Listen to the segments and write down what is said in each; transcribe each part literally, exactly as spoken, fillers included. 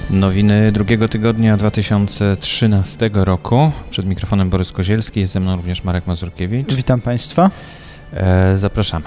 Nowiny drugiego tygodnia dwa tysiące trzynastego roku. Przed mikrofonem Borys Kozielski, jest ze mną również Marek Mazurkiewicz. Witam Państwa. E, zapraszamy.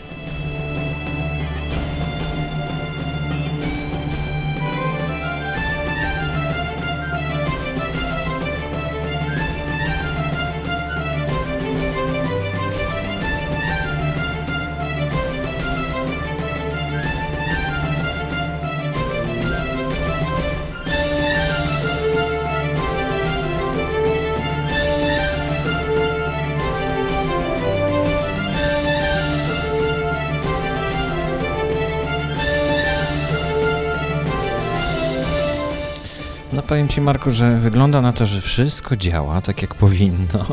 No powiem Ci, Marku, że wygląda na to, że wszystko działa tak jak powinno.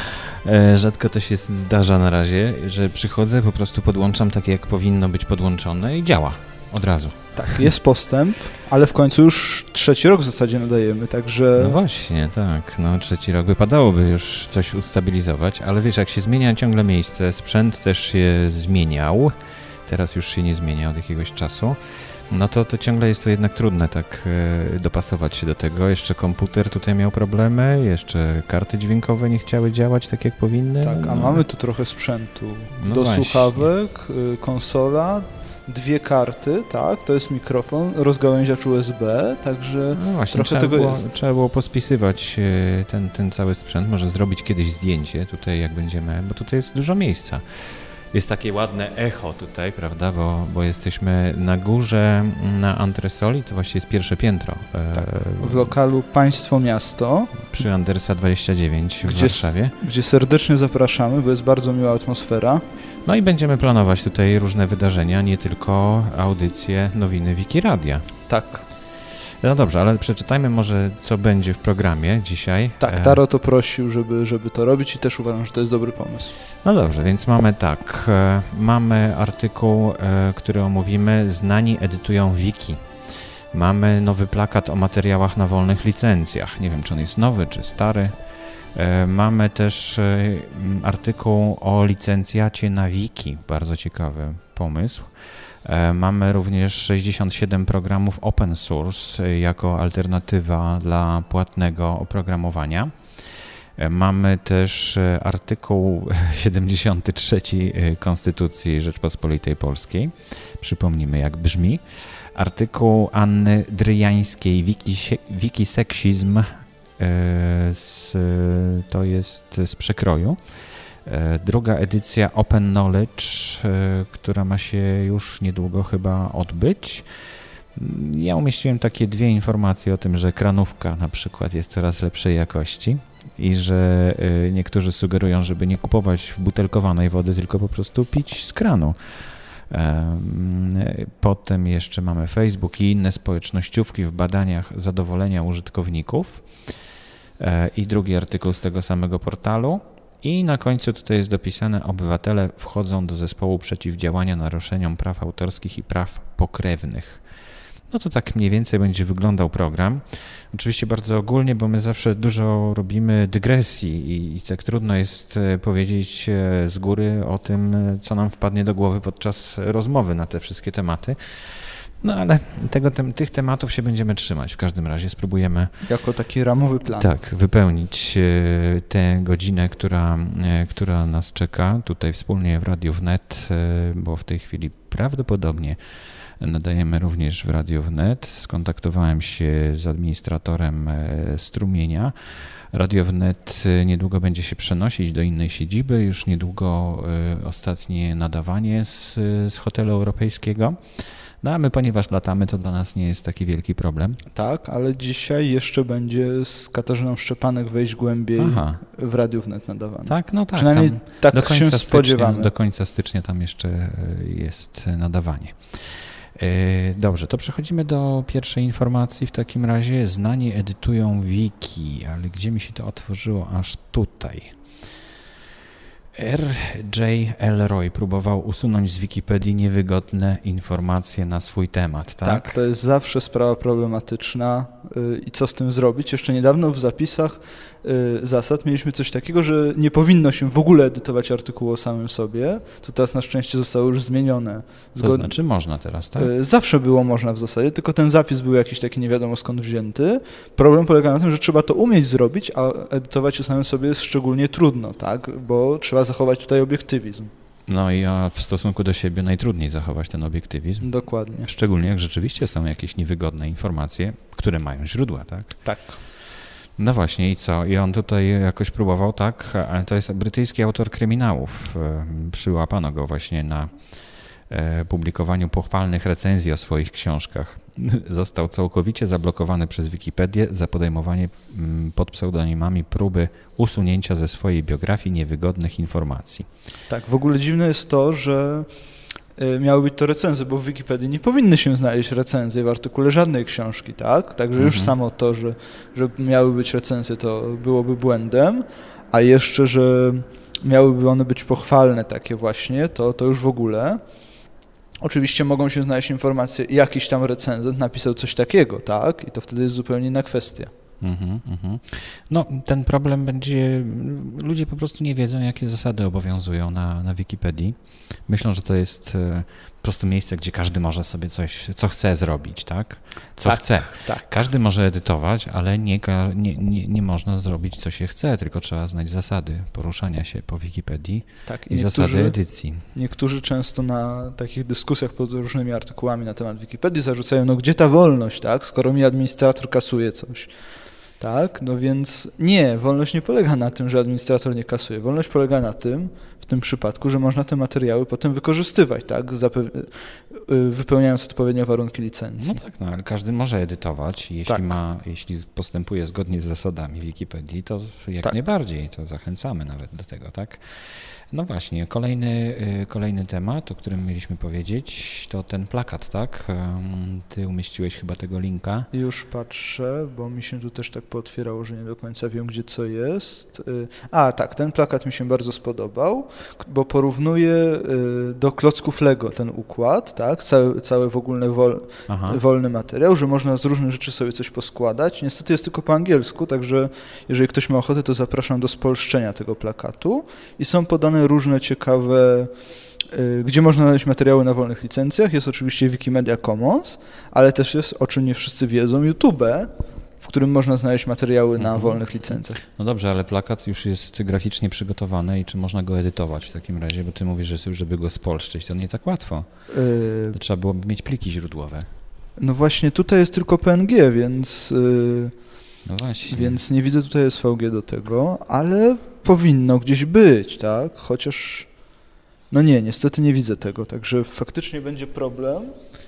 Rzadko to się zdarza na razie, że przychodzę, po prostu podłączam tak jak powinno być podłączone i działa od razu. Tak, jest postęp, ale w końcu już trzeci rok w zasadzie nadajemy, także... No właśnie, tak, no trzeci rok. Wypadałoby już coś ustabilizować, ale wiesz, jak się zmienia ciągle miejsce, sprzęt też się zmieniał, teraz już się nie zmienia od jakiegoś czasu. No to, to ciągle jest to jednak trudne tak e, dopasować się do tego. Jeszcze komputer tutaj miał problemy, jeszcze karty dźwiękowe nie chciały działać tak jak powinny. Tak, a no. mamy tu trochę sprzętu No do właśnie. słuchawek, y, konsola, dwie karty, tak, to jest mikrofon, rozgałęziacz U S B, także No właśnie, trochę trzeba tego było, jest. trzeba było pospisywać e, ten, ten cały sprzęt, może zrobić kiedyś zdjęcie tutaj jak będziemy, bo tutaj jest dużo miejsca. Jest takie ładne echo tutaj, prawda, bo, bo jesteśmy na górze na antresoli, to właściwie jest pierwsze piętro. Tak, w lokalu Państwo Miasto. Przy Andersa dwadzieścia dziewięć w gdzie, Warszawie. Gdzie serdecznie zapraszamy, bo jest bardzo miła atmosfera. No i będziemy planować tutaj różne wydarzenia, nie tylko audycje, nowiny Wikiradia. Tak. No dobrze, ale przeczytajmy może, co będzie w programie dzisiaj. Tak, Taro to prosił, żeby, żeby to robić i też uważam, że to jest dobry pomysł. No dobrze, więc mamy tak, e, mamy artykuł, e, który omówimy, znani edytują wiki. Mamy nowy plakat o materiałach na wolnych licencjach. Nie wiem, czy on jest nowy, czy stary. E, mamy też e, artykuł o licencjacie na wiki. Bardzo ciekawy pomysł. E, mamy również sześćdziesiąt siedem programów open source jako alternatywa dla płatnego oprogramowania. Mamy też artykuł siedemdziesiąty trzeci Konstytucji Rzeczpospolitej Polskiej. Przypomnijmy, jak brzmi. Artykuł Anny Dryjańskiej, Wikiseksizm, z, to jest z przekroju. Druga edycja Open Knowledge, która ma się już niedługo chyba odbyć. Ja umieściłem takie dwie informacje o tym, że kranówka na przykład jest coraz lepszej jakości i że niektórzy sugerują, żeby nie kupować butelkowanej wody, tylko po prostu pić z kranu. Potem jeszcze mamy Facebook i inne społecznościówki w badaniach zadowolenia użytkowników i drugi artykuł z tego samego portalu. I na końcu tutaj jest dopisane: obywatele wchodzą do zespołu przeciwdziałania naruszeniom praw autorskich i praw pokrewnych. No to tak mniej więcej będzie wyglądał program. Oczywiście bardzo ogólnie, bo my zawsze dużo robimy dygresji i, i tak trudno jest powiedzieć z góry o tym, co nam wpadnie do głowy podczas rozmowy na te wszystkie tematy. No ale tego, tem, tych tematów się będziemy trzymać. W każdym razie spróbujemy jako taki ramowy plan. Tak, wypełnić tę godzinę, która, która nas czeka tutaj wspólnie w Radiu Wnet, bo w tej chwili prawdopodobnie nadajemy również w Radiu Wnet. Skontaktowałem się z administratorem strumienia. Radio Wnet niedługo będzie się przenosić do innej siedziby. Już niedługo ostatnie nadawanie z, z hotelu europejskiego. No a my, ponieważ latamy, to dla nas nie jest taki wielki problem. Tak, ale dzisiaj jeszcze będzie z Katarzyną Szczepanek wejść głębiej Aha. w Radiu Wnet nadawane. Tak, no tak. Przynajmniej tak do końca się stycznia, spodziewamy. Do końca stycznia tam jeszcze jest nadawanie. Dobrze, to przechodzimy do pierwszej informacji w takim razie. Znani edytują wiki, ale gdzie mi się to otworzyło? Aż tutaj. R J Elroy próbował usunąć z Wikipedii niewygodne informacje na swój temat, tak? Tak, to jest zawsze sprawa problematyczna yy, i co z tym zrobić. Jeszcze niedawno w zapisach yy, zasad mieliśmy coś takiego, że nie powinno się w ogóle edytować artykułu o samym sobie, co teraz na szczęście zostało już zmienione. Zgod... To znaczy można teraz, tak? Yy, zawsze było można w zasadzie, tylko ten zapis był jakiś taki nie wiadomo skąd wzięty. Problem polega na tym, że trzeba to umieć zrobić, a edytować o samym sobie jest szczególnie trudno, tak? Bo trzeba zachować tutaj obiektywizm. No i a w stosunku do siebie najtrudniej zachować ten obiektywizm. Dokładnie. Szczególnie jak rzeczywiście są jakieś niewygodne informacje, które mają źródła, tak? Tak. No właśnie i co? I on tutaj jakoś próbował, tak? To jest brytyjski autor kryminałów. Przyłapano go właśnie na publikowaniu pochwalnych recenzji o swoich książkach. Został całkowicie zablokowany przez Wikipedię za podejmowanie pod pseudonimami próby usunięcia ze swojej biografii niewygodnych informacji. Tak, w ogóle dziwne jest to, że miały być to recenzje, bo w Wikipedii nie powinny się znaleźć recenzje w artykule żadnej książki, tak? Także mhm. już samo to, że, że miały być recenzje, to byłoby błędem, a jeszcze, że miałyby one być pochwalne takie właśnie, to, to już w ogóle. Oczywiście mogą się znaleźć informacje, jakiś tam recenzent napisał coś takiego, tak? I to wtedy jest zupełnie inna kwestia. Mm-hmm, mm-hmm. No ten problem będzie, ludzie po prostu nie wiedzą, jakie zasady obowiązują na, na Wikipedii. Myślą, że to jest po prostu miejsce, gdzie każdy może sobie coś, co chce zrobić, tak? Co tak, chce. Tak. Każdy może edytować, ale nie, nie, nie, nie można zrobić, co się chce, tylko trzeba znać zasady poruszania się po Wikipedii tak, i, i zasady edycji. Niektórzy często na takich dyskusjach pod różnymi artykułami na temat Wikipedii zarzucają, no gdzie ta wolność, tak? Skoro mi administrator kasuje coś. Tak, no więc nie, wolność nie polega na tym, że administrator nie kasuje. Wolność polega na tym, w tym przypadku, że można te materiały potem wykorzystywać, tak, Zape- wypełniając odpowiednio warunki licencji. No tak, no, ale każdy może edytować, jeśli tak. ma, jeśli postępuje zgodnie z zasadami Wikipedii, to jak tak. najbardziej, to zachęcamy nawet do tego, tak. No właśnie, kolejny, kolejny temat, o którym mieliśmy powiedzieć, to ten plakat, tak? Ty umieściłeś chyba tego linka. Już patrzę, bo mi się tu też tak pootwierało, że nie do końca wiem, gdzie co jest. A tak, ten plakat mi się bardzo spodobał, bo porównuje do klocków Lego ten układ, tak? Cały, cały w ogóle wol, wolny materiał, że można z różnych rzeczy sobie coś poskładać. Niestety jest tylko po angielsku, także jeżeli ktoś ma ochotę, to zapraszam do spolszczenia tego plakatu i są podane różne ciekawe, y, gdzie można znaleźć materiały na wolnych licencjach. Jest oczywiście Wikimedia Commons, ale też jest, o czym nie wszyscy wiedzą, YouTube, w którym można znaleźć materiały na mhm. wolnych licencjach. No dobrze, ale plakat już jest graficznie przygotowany i czy można go edytować w takim razie? Bo ty mówisz, że żeby go spolszczyć, to nie tak łatwo. Y... To trzeba byłoby mieć pliki źródłowe. No właśnie, tutaj jest tylko P N G, więc... Y... No właśnie. Więc nie widzę tutaj S V G do tego, ale powinno gdzieś być, tak? Chociaż, no nie, niestety nie widzę tego, także faktycznie będzie problem,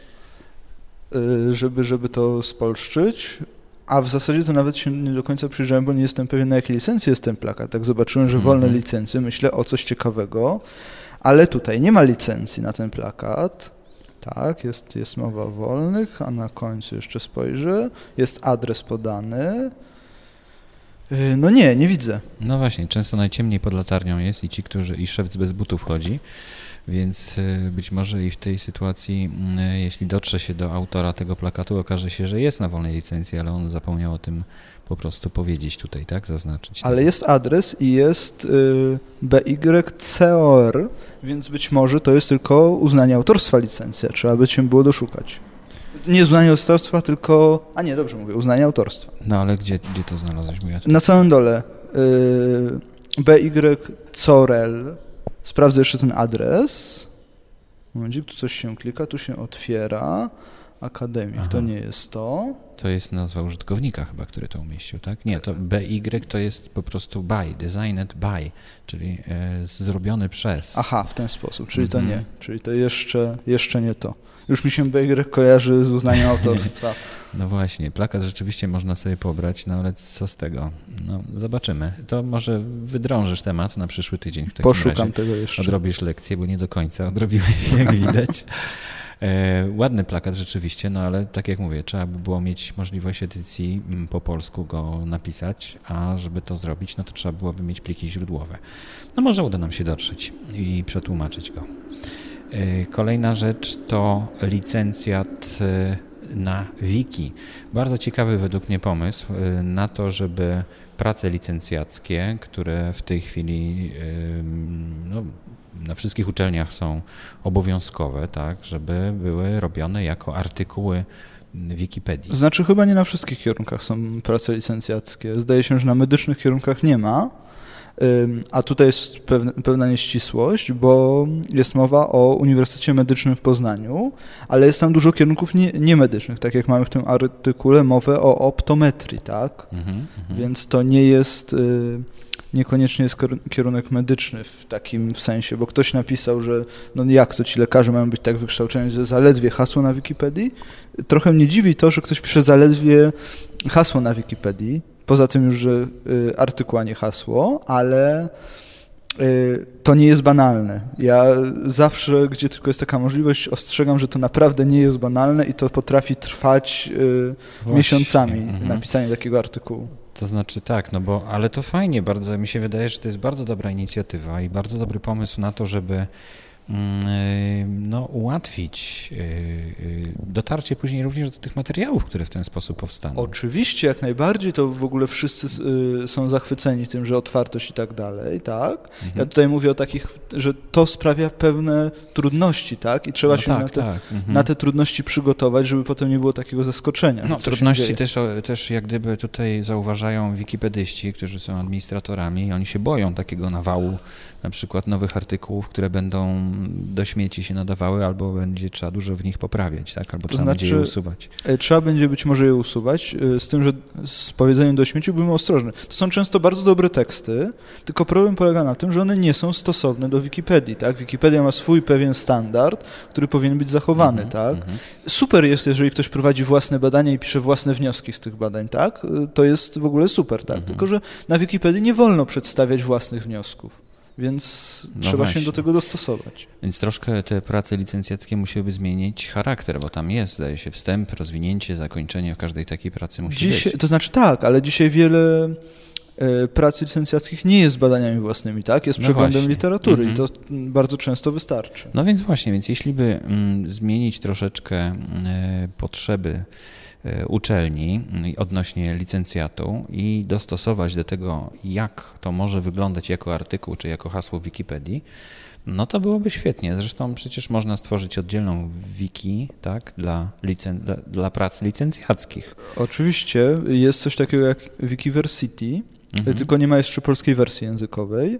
żeby, żeby to spolszczyć, a w zasadzie to nawet się nie do końca przyjrzałem, bo nie jestem pewien, na jakiej licencji jest ten plakat. Tak zobaczyłem, że wolne mm-hmm. licencje, myślę o coś ciekawego, ale tutaj nie ma licencji na ten plakat. Tak, jest, jest mowa o wolnych, a na końcu jeszcze spojrzę, jest adres podany. No nie, nie widzę. No właśnie, często najciemniej pod latarnią jest i ci, którzy, i szewc bez butów chodzi, więc być może i w tej sytuacji, jeśli dotrze się do autora tego plakatu, okaże się, że jest na wolnej licencji, ale on zapomniał o tym po prostu powiedzieć tutaj, tak, zaznaczyć. Ale tak. jest adres i jest y, B Y C O R, więc być może to jest tylko uznanie autorstwa licencja, trzeba by się było doszukać. Nie uznanie autorstwa, tylko, a nie, dobrze mówię, uznanie autorstwa. No ale gdzie, gdzie to znalazłeś? Bo ja to... Na samym dole, y, B Y C O R L, sprawdzę jeszcze ten adres, momencik, tu coś się klika, tu się otwiera. Akademik, Aha. to nie jest to. To jest nazwa użytkownika chyba, który to umieścił, tak? Nie, to B Y to jest po prostu by, designed by, czyli e, zrobiony przez. Aha, w ten sposób, czyli mm-hmm. to nie, czyli to jeszcze, jeszcze nie to. Już mi się B Y kojarzy z uznaniem autorstwa. No właśnie, plakat rzeczywiście można sobie pobrać, no ale co z tego? No zobaczymy. To może wydrążysz temat na przyszły tydzień w takim Poszukam razie. tego jeszcze. Odrobisz lekcję, bo nie do końca odrobiłeś, jak widać. E, ładny plakat rzeczywiście, no ale tak jak mówię, trzeba by było mieć możliwość edycji po polsku go napisać, a żeby to zrobić, no to trzeba byłoby mieć pliki źródłowe. No może uda nam się dotrzeć i przetłumaczyć go. E, kolejna rzecz to licencjat na wiki. Bardzo ciekawy według mnie pomysł na to, żeby prace licencjackie, które w tej chwili no, na wszystkich uczelniach są obowiązkowe, tak, żeby były robione jako artykuły Wikipedii. Znaczy chyba nie na wszystkich kierunkach są prace licencjackie. Zdaje się, że na medycznych kierunkach nie ma, a tutaj jest pewna, pewna nieścisłość, bo jest mowa o Uniwersytecie Medycznym w Poznaniu, ale jest tam dużo kierunków nie, niemedycznych, tak jak mamy w tym artykule mowę o optometrii, tak? Mhm, Więc to nie jest, niekoniecznie jest kierunek medyczny w takim sensie, bo ktoś napisał, że no jak to ci lekarze mają być tak wykształceni, że zaledwie hasło na Wikipedii. Trochę mnie dziwi to, że ktoś pisze zaledwie hasło na Wikipedii, poza tym już, że y, artykuł, a nie hasło, ale y, to nie jest banalne. Ja zawsze, gdzie tylko jest taka możliwość, ostrzegam, że to naprawdę nie jest banalne i to potrafi trwać y, miesiącami mhm. napisanie takiego artykułu. To znaczy tak, no bo, ale to fajnie, bardzo mi się wydaje, że to jest bardzo dobra inicjatywa i bardzo dobry pomysł na to, żeby no, ułatwić dotarcie później również do tych materiałów, które w ten sposób powstaną. Oczywiście, jak najbardziej, to w ogóle wszyscy są zachwyceni tym, że otwartość i tak dalej, tak? Mhm. Ja tutaj mówię o takich, że to sprawia pewne trudności, tak? I trzeba no się tak, na, te, tak. Mhm. na te trudności przygotować, żeby potem nie było takiego zaskoczenia. No, trudności też, też jak gdyby tutaj zauważają wikipedyści, którzy są administratorami i oni się boją takiego nawału, na przykład nowych artykułów, które będą do śmieci się nadawały, albo będzie trzeba dużo w nich poprawiać, tak? Albo to trzeba znaczy, będzie je usuwać. Trzeba będzie być może je usuwać, z tym, że z powiedzeniem do śmieci byłem ostrożny. To są często bardzo dobre teksty, tylko problem polega na tym, że one nie są stosowne do Wikipedii, tak? Wikipedia ma swój pewien standard, który powinien być zachowany, mm-hmm, tak? Mm-hmm. Super jest, jeżeli ktoś prowadzi własne badania i pisze własne wnioski z tych badań, tak? To jest w ogóle super, tak? Mm-hmm. Tylko że na Wikipedii nie wolno przedstawiać własnych wniosków. Więc no trzeba właśnie się do tego dostosować. Więc troszkę te prace licencjackie musiałyby zmienić charakter, bo tam jest, zdaje się, wstęp, rozwinięcie, zakończenie w każdej takiej pracy musi dzisiaj, być. To znaczy tak, ale dzisiaj wiele e, prac licencjackich nie jest badaniami własnymi, tak? Jest no przeglądem właśnie. literatury mm-hmm. i to bardzo często wystarczy. No więc właśnie, więc jeśli by mm, zmienić troszeczkę e, potrzeby uczelni odnośnie licencjatu i dostosować do tego, jak to może wyglądać jako artykuł czy jako hasło w Wikipedii, no to byłoby świetnie. Zresztą przecież można stworzyć oddzielną wiki, tak, dla, licen- dla, dla prac licencjackich. Oczywiście. Jest coś takiego jak Wikiversity, mhm. tylko nie ma jeszcze polskiej wersji językowej.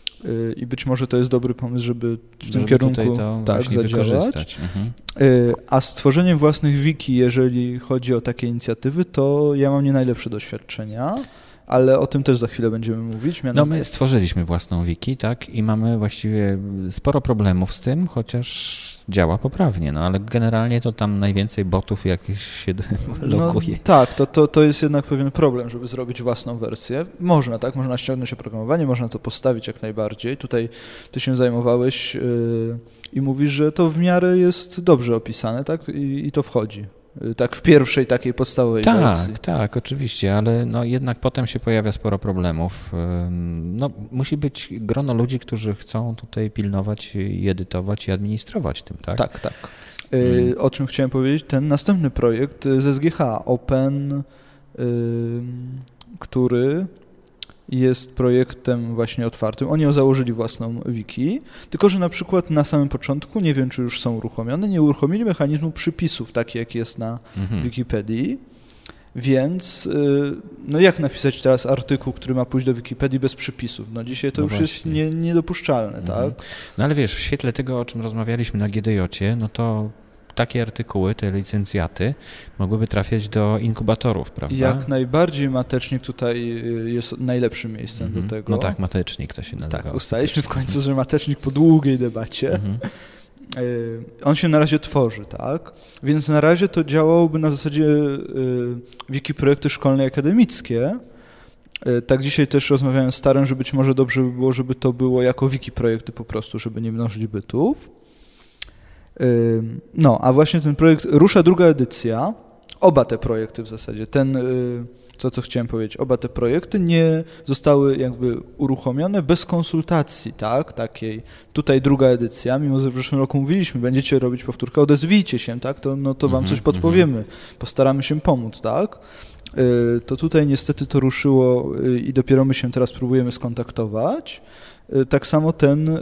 I być może to jest dobry pomysł, żeby w tym żeby kierunku to tak, zadziałać. Mhm. A stworzeniem własnych wiki, jeżeli chodzi o takie inicjatywy, to ja mam nie najlepsze doświadczenia, ale o tym też za chwilę będziemy mówić. Mianowicie... No my stworzyliśmy własną wiki, tak, i mamy właściwie sporo problemów z tym, chociaż działa poprawnie, no ale generalnie to tam najwięcej botów jakieś się lokuje. No, tak, to, to, to jest jednak pewien problem, żeby zrobić własną wersję. Można, tak, można ściągnąć oprogramowanie, można to postawić jak najbardziej. Tutaj ty się zajmowałeś yy, i mówisz, że to w miarę jest dobrze opisane, tak, i, i to wchodzi. Tak w pierwszej takiej podstawowej tak, wersji. Tak, tak, oczywiście, ale no jednak potem się pojawia sporo problemów. No, musi być grono ludzi, którzy chcą tutaj pilnować i edytować i administrować tym, tak? Tak, tak. Hmm. O czym chciałem powiedzieć, ten następny projekt z S G H, Open, który jest projektem właśnie otwartym. Oni założyli własną wiki, tylko że na przykład na samym początku, nie wiem czy już są uruchomione, nie uruchomili mechanizmu przypisów, taki jak jest na mhm. Wikipedii, więc no jak napisać teraz artykuł, który ma pójść do Wikipedii bez przypisów? No dzisiaj to no już właśnie. jest nie, niedopuszczalne, mhm. tak? No ale wiesz, w świetle tego, o czym rozmawialiśmy na G D J-cie, no to takie artykuły, te licencjaty mogłyby trafiać do inkubatorów, prawda? Jak najbardziej Matecznik tutaj jest najlepszym miejscem mm-hmm. do tego. No tak, Matecznik to się nazywa. Tak, ustaliliśmy w końcu, że Matecznik po długiej debacie, mm-hmm. on się na razie tworzy, tak? Więc na razie to działałoby na zasadzie wiki projekty szkolne i akademickie. Tak dzisiaj też rozmawiałem z Starem, że być może dobrze by było, żeby to było jako wiki projekty po prostu, żeby nie mnożyć bytów. No, a właśnie ten projekt, rusza druga edycja, oba te projekty w zasadzie, ten, co, co chciałem powiedzieć, oba te projekty nie zostały jakby uruchomione bez konsultacji, tak, takiej. Tutaj druga edycja, mimo że w zeszłym roku mówiliśmy, będziecie robić powtórkę, odezwijcie się, tak, to, no to wam coś podpowiemy, postaramy się pomóc, tak. To tutaj niestety to ruszyło i dopiero my się teraz próbujemy skontaktować. Tak samo ten,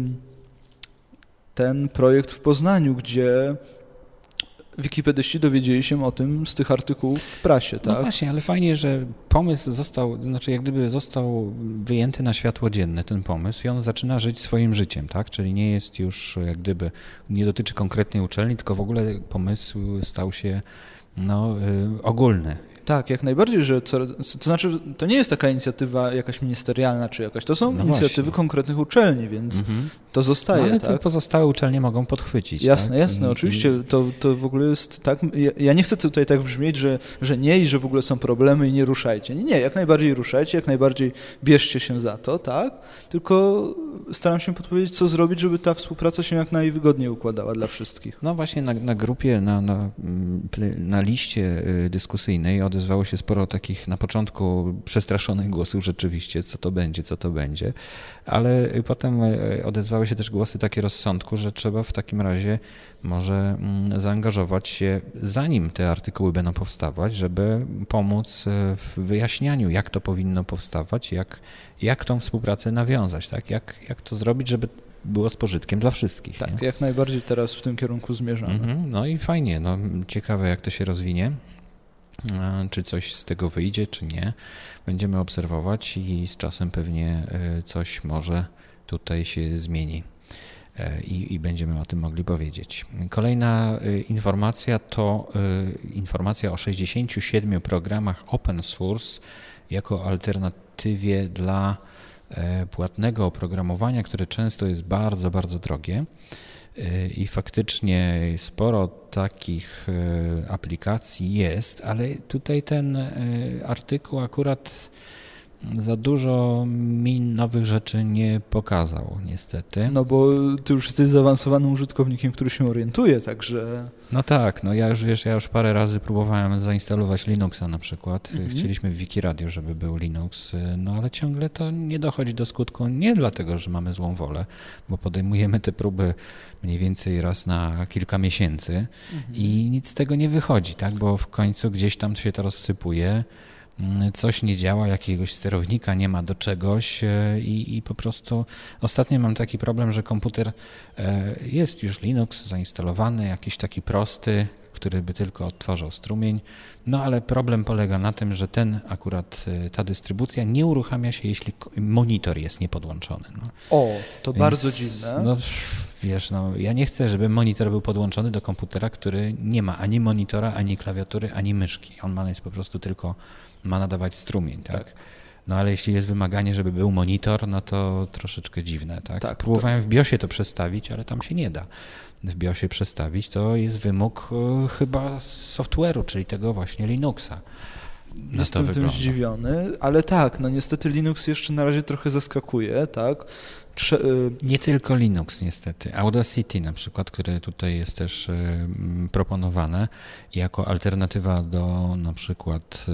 ten projekt w Poznaniu, gdzie wikipedyści dowiedzieli się o tym z tych artykułów w prasie, tak? No właśnie, ale fajnie, że pomysł został, znaczy jak gdyby został wyjęty na światło dzienne, ten pomysł i on zaczyna żyć swoim życiem, tak? Czyli nie jest już jak gdyby, nie dotyczy konkretnej uczelni, tylko w ogóle pomysł stał się no, y, ogólny. Tak, jak najbardziej, że co, to znaczy to nie jest taka inicjatywa jakaś ministerialna czy jakaś, to są no inicjatywy właśnie. konkretnych uczelni, więc mm-hmm. to zostaje. No ale tak? Pozostałe uczelnie mogą podchwycić. Jasne, tak? jasne, I, oczywiście, i... to, to w ogóle jest tak, ja, ja nie chcę tutaj tak brzmieć, że, że nie i że w ogóle są problemy i nie ruszajcie. Nie, nie, jak najbardziej ruszajcie, jak najbardziej bierzcie się za to, tak, tylko staram się podpowiedzieć, co zrobić, żeby ta współpraca się jak najwygodniej układała dla wszystkich. No właśnie na, na grupie, na, na, na liście dyskusyjnej odezwało się sporo takich na początku przestraszonych głosów rzeczywiście, co to będzie, co to będzie, ale potem odezwały się też głosy takie rozsądku, że trzeba w takim razie może zaangażować się, zanim te artykuły będą powstawać, żeby pomóc w wyjaśnianiu, jak to powinno powstawać, jak, jak tą współpracę nawiązać, tak? jak, jak to zrobić, żeby było z pożytkiem dla wszystkich. Tak, nie? Jak najbardziej teraz w tym kierunku zmierzamy. Mhm, no i fajnie, no, ciekawe jak to się rozwinie. Czy coś z tego wyjdzie, czy nie. Będziemy obserwować i z czasem pewnie coś może tutaj się zmieni i, i będziemy o tym mogli powiedzieć. Kolejna informacja to informacja o sześćdziesięciu siedmiu programach open source jako alternatywie dla płatnego oprogramowania, które często jest bardzo, bardzo drogie. I faktycznie sporo takich aplikacji jest, ale tutaj ten artykuł akurat za dużo mi nowych rzeczy nie pokazał, niestety. No bo ty już jesteś zaawansowanym użytkownikiem, który się orientuje, także... No tak, no ja już wiesz, ja już parę razy próbowałem zainstalować Linuxa na przykład. Mhm. Chcieliśmy w Wikiradio, żeby był Linux, no ale ciągle to nie dochodzi do skutku, nie dlatego, że mamy złą wolę, bo podejmujemy te próby mniej więcej raz na kilka miesięcy mhm. i nic z tego nie wychodzi, tak, bo w końcu gdzieś tam się to rozsypuje. Coś nie działa, jakiegoś sterownika nie ma do czegoś i, i po prostu ostatnio mam taki problem, że komputer jest już Linux zainstalowany, jakiś taki prosty, który by tylko odtwarzał strumień, no ale problem polega na tym, że ten akurat, ta dystrybucja nie uruchamia się, jeśli monitor jest niepodłączony. No. O, to Więc, bardzo dziwne. No, wiesz, no, ja nie chcę, żeby monitor był podłączony do komputera, który nie ma ani monitora, ani klawiatury, ani myszki. On ma jest po prostu tylko, ma nadawać strumień, tak? tak. No ale jeśli jest wymaganie, żeby był monitor, no to troszeczkę dziwne, tak? tak Próbowałem to... w BIOSie to przestawić, ale tam się nie da w BIOsie przestawić. To jest wymóg y, chyba software'u, czyli tego właśnie Linuxa. Na Jestem tym zdziwiony, ale tak, no niestety Linux jeszcze na razie trochę zaskakuje, tak? Trze- y... Nie tylko Linux niestety. Audacity na przykład, które tutaj jest też y, proponowane jako alternatywa do na przykład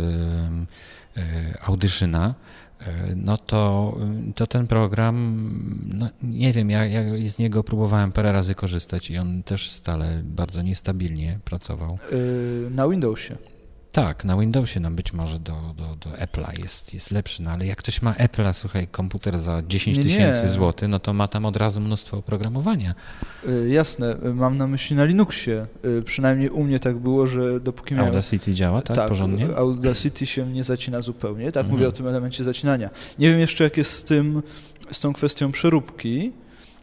y, y, Auditiona, no to, to ten program, no nie wiem, ja, ja z niego próbowałem parę razy korzystać i on też stale bardzo niestabilnie pracował. Yy, na Windowsie. Tak, na Windowsie nam być może do, do, do Apple'a jest, jest lepszy, no ale jak ktoś ma Apple'a, słuchaj, komputer za dziesięć tysięcy złotych, no to ma tam od razu mnóstwo oprogramowania. Yy, jasne, mam na myśli na Linuxie, yy, przynajmniej u mnie tak było, że dopóki miałem... Audacity działa, tak, tak porządnie? Audacity się nie zacina zupełnie, tak, mhm. Mówię o tym elemencie zacinania. Nie wiem jeszcze jak jest z tym, z tą kwestią przeróbki.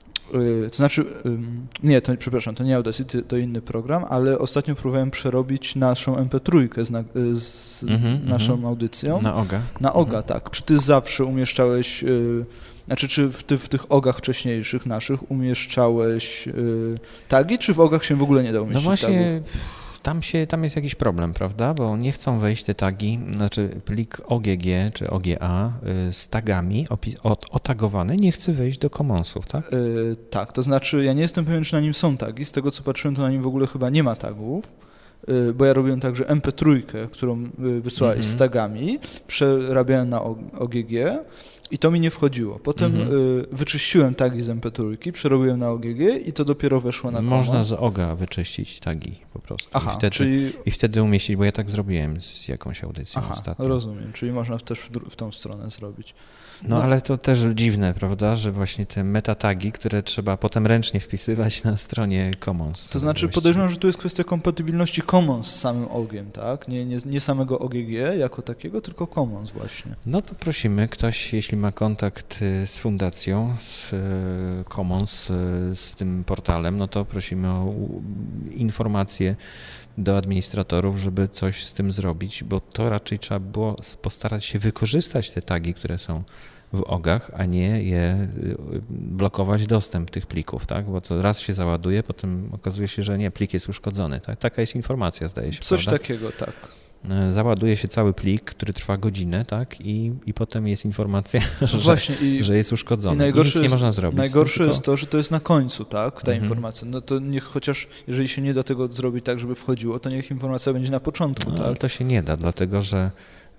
To znaczy, nie, to przepraszam, to nie Audacity, to inny program, ale ostatnio próbowałem przerobić naszą em pe trzy z, na, z mm-hmm, naszą mm-hmm. audycją. Na Oga. Na Oga, mm-hmm. tak. Czy ty zawsze umieszczałeś, znaczy czy w, ty, w tych Ogach wcześniejszych naszych umieszczałeś tagi, czy w Ogach się w ogóle nie da umieścić tagów? No właśnie, tagów? tam się, tam jest jakiś problem, prawda? Bo nie chcą wejść te tagi, znaczy plik O G G czy O G A y, z tagami opi- ot- otagowany nie chce wejść do Commonsów, tak? Yy, tak, to znaczy ja nie jestem pewien, czy na nim są tagi. Z tego co patrzyłem, to na nim w ogóle chyba nie ma tagów, yy, bo ja robiłem także em pe trzy, którą yy, wysłałeś mm-hmm. z tagami, przerabiałem na O G G i to mi nie wchodziło. Potem mm-hmm. yy, wyczyściłem tagi z em pe trzy, przerobiłem na O G G i to dopiero weszło na Commons. Można z O G A wyczyścić tagi po prostu. Aha, I wtedy, czyli... I wtedy umieścić, bo ja tak zrobiłem z jakąś audycją Aha, ostatnio. rozumiem, czyli można też w, dru- w tą stronę zrobić. No, no ale to też dziwne, prawda, że właśnie te metatagi, które trzeba potem ręcznie wpisywać na stronie Commons. To znaczy właściwie. podejrzewam, że tu jest kwestia kompatybilności Commons z samym O G-iem, tak? Nie, nie, nie samego O G G jako takiego, tylko Commons właśnie. No to prosimy, ktoś, jeśli ma kontakt z fundacją, z Commons, z tym portalem, no to prosimy o informacje do administratorów, żeby coś z tym zrobić, bo to raczej trzeba było postarać się wykorzystać te tagi, które są w O G-ach, a nie je blokować dostęp tych plików, tak? Bo to raz się załaduje, potem okazuje się, że nie, plik jest uszkodzony. Tak? Taka jest informacja, zdaje się. Coś prawda? takiego, tak. Załaduje się cały plik, który trwa godzinę, tak? I, i potem jest informacja, że, Właśnie, i, że jest uszkodzony. I najgorsze I nic nie jest, można zrobić. Najgorsze tylko... jest to, że to jest na końcu, tak? Ta mhm. informacja. No to niech chociaż, jeżeli się nie da tego zrobić tak, żeby wchodziło, to niech informacja będzie na początku, no, tak? Ale to się nie da, dlatego że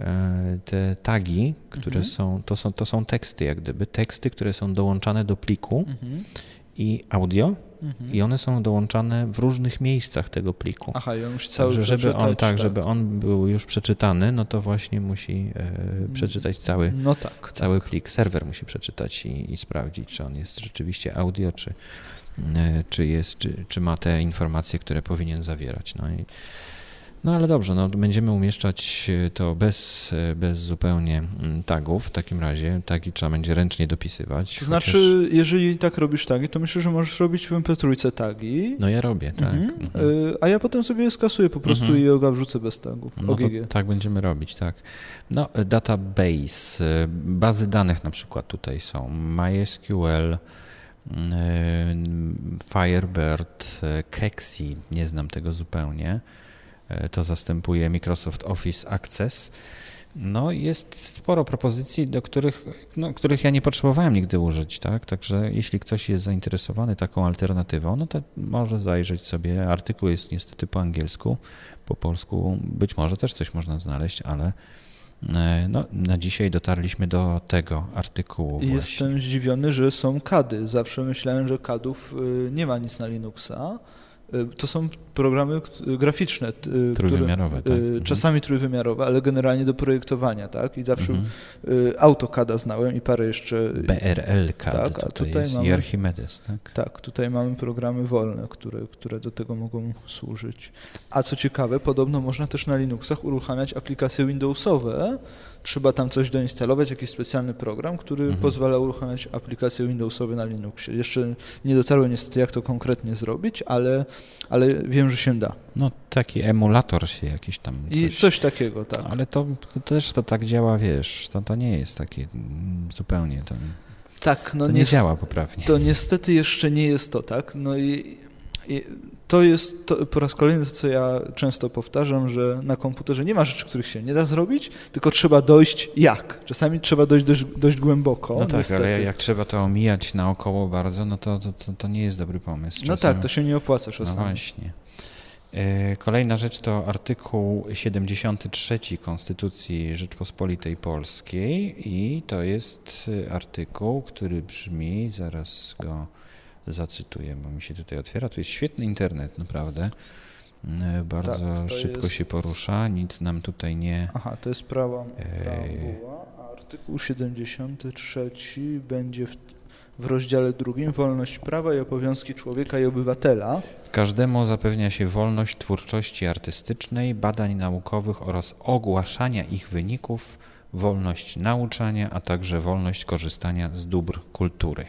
te tagi, które mhm. są, to są, to są teksty jak gdyby, teksty, które są dołączane do pliku mhm. i audio mhm. i one są dołączane w różnych miejscach tego pliku. Aha, i on musi cały Także, żeby on, tak, tak, żeby on był już przeczytany, no to właśnie musi e, przeczytać cały, no tak, cały tak. plik. Serwer musi przeczytać i, i sprawdzić, czy on jest rzeczywiście audio, czy, e, czy, jest, czy, czy ma te informacje, które powinien zawierać. No i No ale dobrze, no będziemy umieszczać to bez, bez zupełnie tagów. W takim razie tagi trzeba będzie ręcznie dopisywać. To znaczy, chociaż... jeżeli tak robisz tagi, to myślę, że możesz robić w em pe trzy tagi. No ja robię, tak. Mhm. Mhm. A ja potem sobie je skasuję po prostu mhm. i O G A wrzucę bez tagów. No to tak będziemy robić, tak. No database, bazy danych na przykład tutaj są. MySQL, Firebird, Kexi, nie znam tego zupełnie. To zastępuje Microsoft Office Access. No jest sporo propozycji, do których, no, których ja nie potrzebowałem nigdy użyć, tak? Także jeśli ktoś jest zainteresowany taką alternatywą, no to może zajrzeć sobie. Artykuł jest niestety po angielsku, po polsku być może też coś można znaleźć, ale no, na dzisiaj dotarliśmy do tego artykułu. Jestem właśnie. zdziwiony, że są kady. Zawsze myślałem, że kadów nie ma nic na Linuxa. To są programy graficzne. Trójwymiarowe, które, tak. Czasami trójwymiarowe, ale generalnie do projektowania, tak? I zawsze mhm. AutoCADa znałem i parę jeszcze... B R L C A D, tak, a tutaj, tutaj jest mamy, i Archimedes, tak? Tak, tutaj mamy programy wolne, które, które do tego mogą służyć. A co ciekawe, podobno można też na Linuxach uruchamiać aplikacje Windowsowe. Trzeba tam coś doinstalować, jakiś specjalny program, który mhm. pozwala uruchamiać aplikacje Windowsowe na Linuxie. Jeszcze nie dotarłem niestety, jak to konkretnie zrobić, ale, ale wiem, że się da. No taki emulator się jakiś tam... Coś, I coś takiego, tak. Ale to, to też to tak działa, wiesz, to, to nie jest takie zupełnie... To, tak, no to nie działa poprawnie. To niestety jeszcze nie jest to, tak. No i... i to jest to, po raz kolejny to, co ja często powtarzam, że na komputerze nie ma rzeczy, których się nie da zrobić, tylko trzeba dojść jak. Czasami trzeba dojść dość, dość głęboko. No tak, niestety. ale jak trzeba to omijać naokoło bardzo, no to, to, to, to nie jest dobry pomysł. Czasem, no tak, to się nie opłaca czasami. No właśnie. Kolejna rzecz to artykuł siedemdziesiąty trzeci Konstytucji Rzeczpospolitej Polskiej i to jest artykuł, który brzmi, zaraz go zacytuję, bo mi się tutaj otwiera. Tu jest świetny internet, naprawdę. Bardzo tak, szybko jest... się porusza, nic nam tutaj nie... Aha, to jest prawa, prawa, a artykuł siedemdziesiąty trzeci będzie w, w rozdziale drugim wolność prawa i obowiązki człowieka i obywatela. Każdemu zapewnia się wolność twórczości artystycznej, badań naukowych oraz ogłaszania ich wyników, wolność nauczania, a także wolność korzystania z dóbr kultury.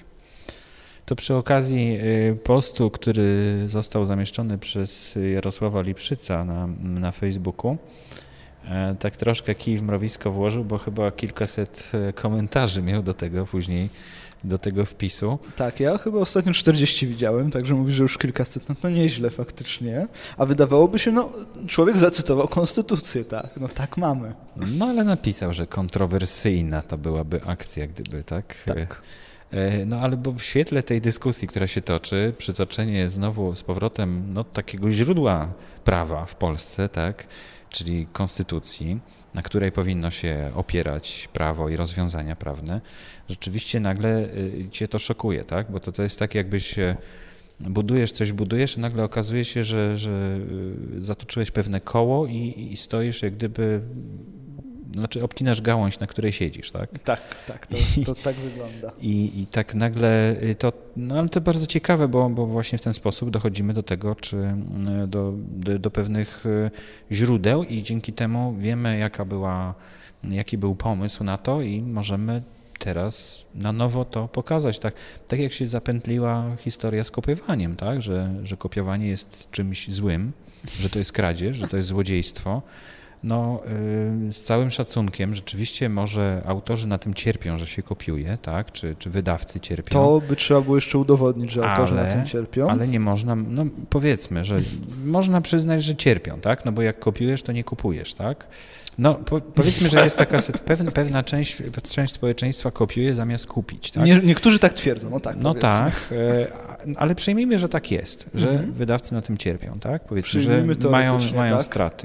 To przy okazji postu, który został zamieszczony przez Jarosława Lipszyca na, na Facebooku, tak troszkę kij w mrowisko włożył, bo chyba kilkaset komentarzy miał do tego później, do tego wpisu. Tak, ja chyba ostatnio czterdzieści widziałem, także mówi, że już kilkaset, no to nieźle faktycznie. A wydawałoby się, no człowiek zacytował konstytucję, tak, no tak mamy. No ale napisał, że kontrowersyjna to byłaby akcja, gdyby, tak? Tak. No ale bo w świetle tej dyskusji, która się toczy, przytoczenie znowu z powrotem no, takiego źródła prawa w Polsce, tak, czyli konstytucji, na której powinno się opierać prawo i rozwiązania prawne, rzeczywiście nagle cię to szokuje, tak, bo to, to jest tak, jakbyś budujesz coś, budujesz i nagle okazuje się, że, że zatoczyłeś pewne koło i, i stoisz jak gdyby... Znaczy obcinasz gałąź, na której siedzisz, tak? Tak, tak, to, to tak wygląda. I, I tak nagle to, no ale to bardzo ciekawe, bo, bo właśnie w ten sposób dochodzimy do tego, czy do, do, do pewnych źródeł i dzięki temu wiemy, jaka była, jaki był pomysł na to i możemy teraz na nowo to pokazać. Tak, tak jak się zapętliła historia z kopiowaniem, tak? Że, że kopiowanie jest czymś złym, że to jest kradzież, że to jest złodziejstwo. No, yy, z całym szacunkiem, rzeczywiście może autorzy na tym cierpią, że się kopiuje, tak? Czy, czy wydawcy cierpią. To by trzeba było jeszcze udowodnić, że autorzy ale, na tym cierpią. Ale nie można, no powiedzmy, że można przyznać, że cierpią, tak? No bo jak kopiujesz, to nie kupujesz, tak? No po, powiedzmy, że jest taka pewna, pewna część, część społeczeństwa kopiuje zamiast kupić, tak? Nie, niektórzy tak twierdzą, no tak. No powiedzmy. tak, ale przyjmijmy, że tak jest, że mhm. wydawcy na tym cierpią, tak? Powiedzmy, że mają, mają tak? straty.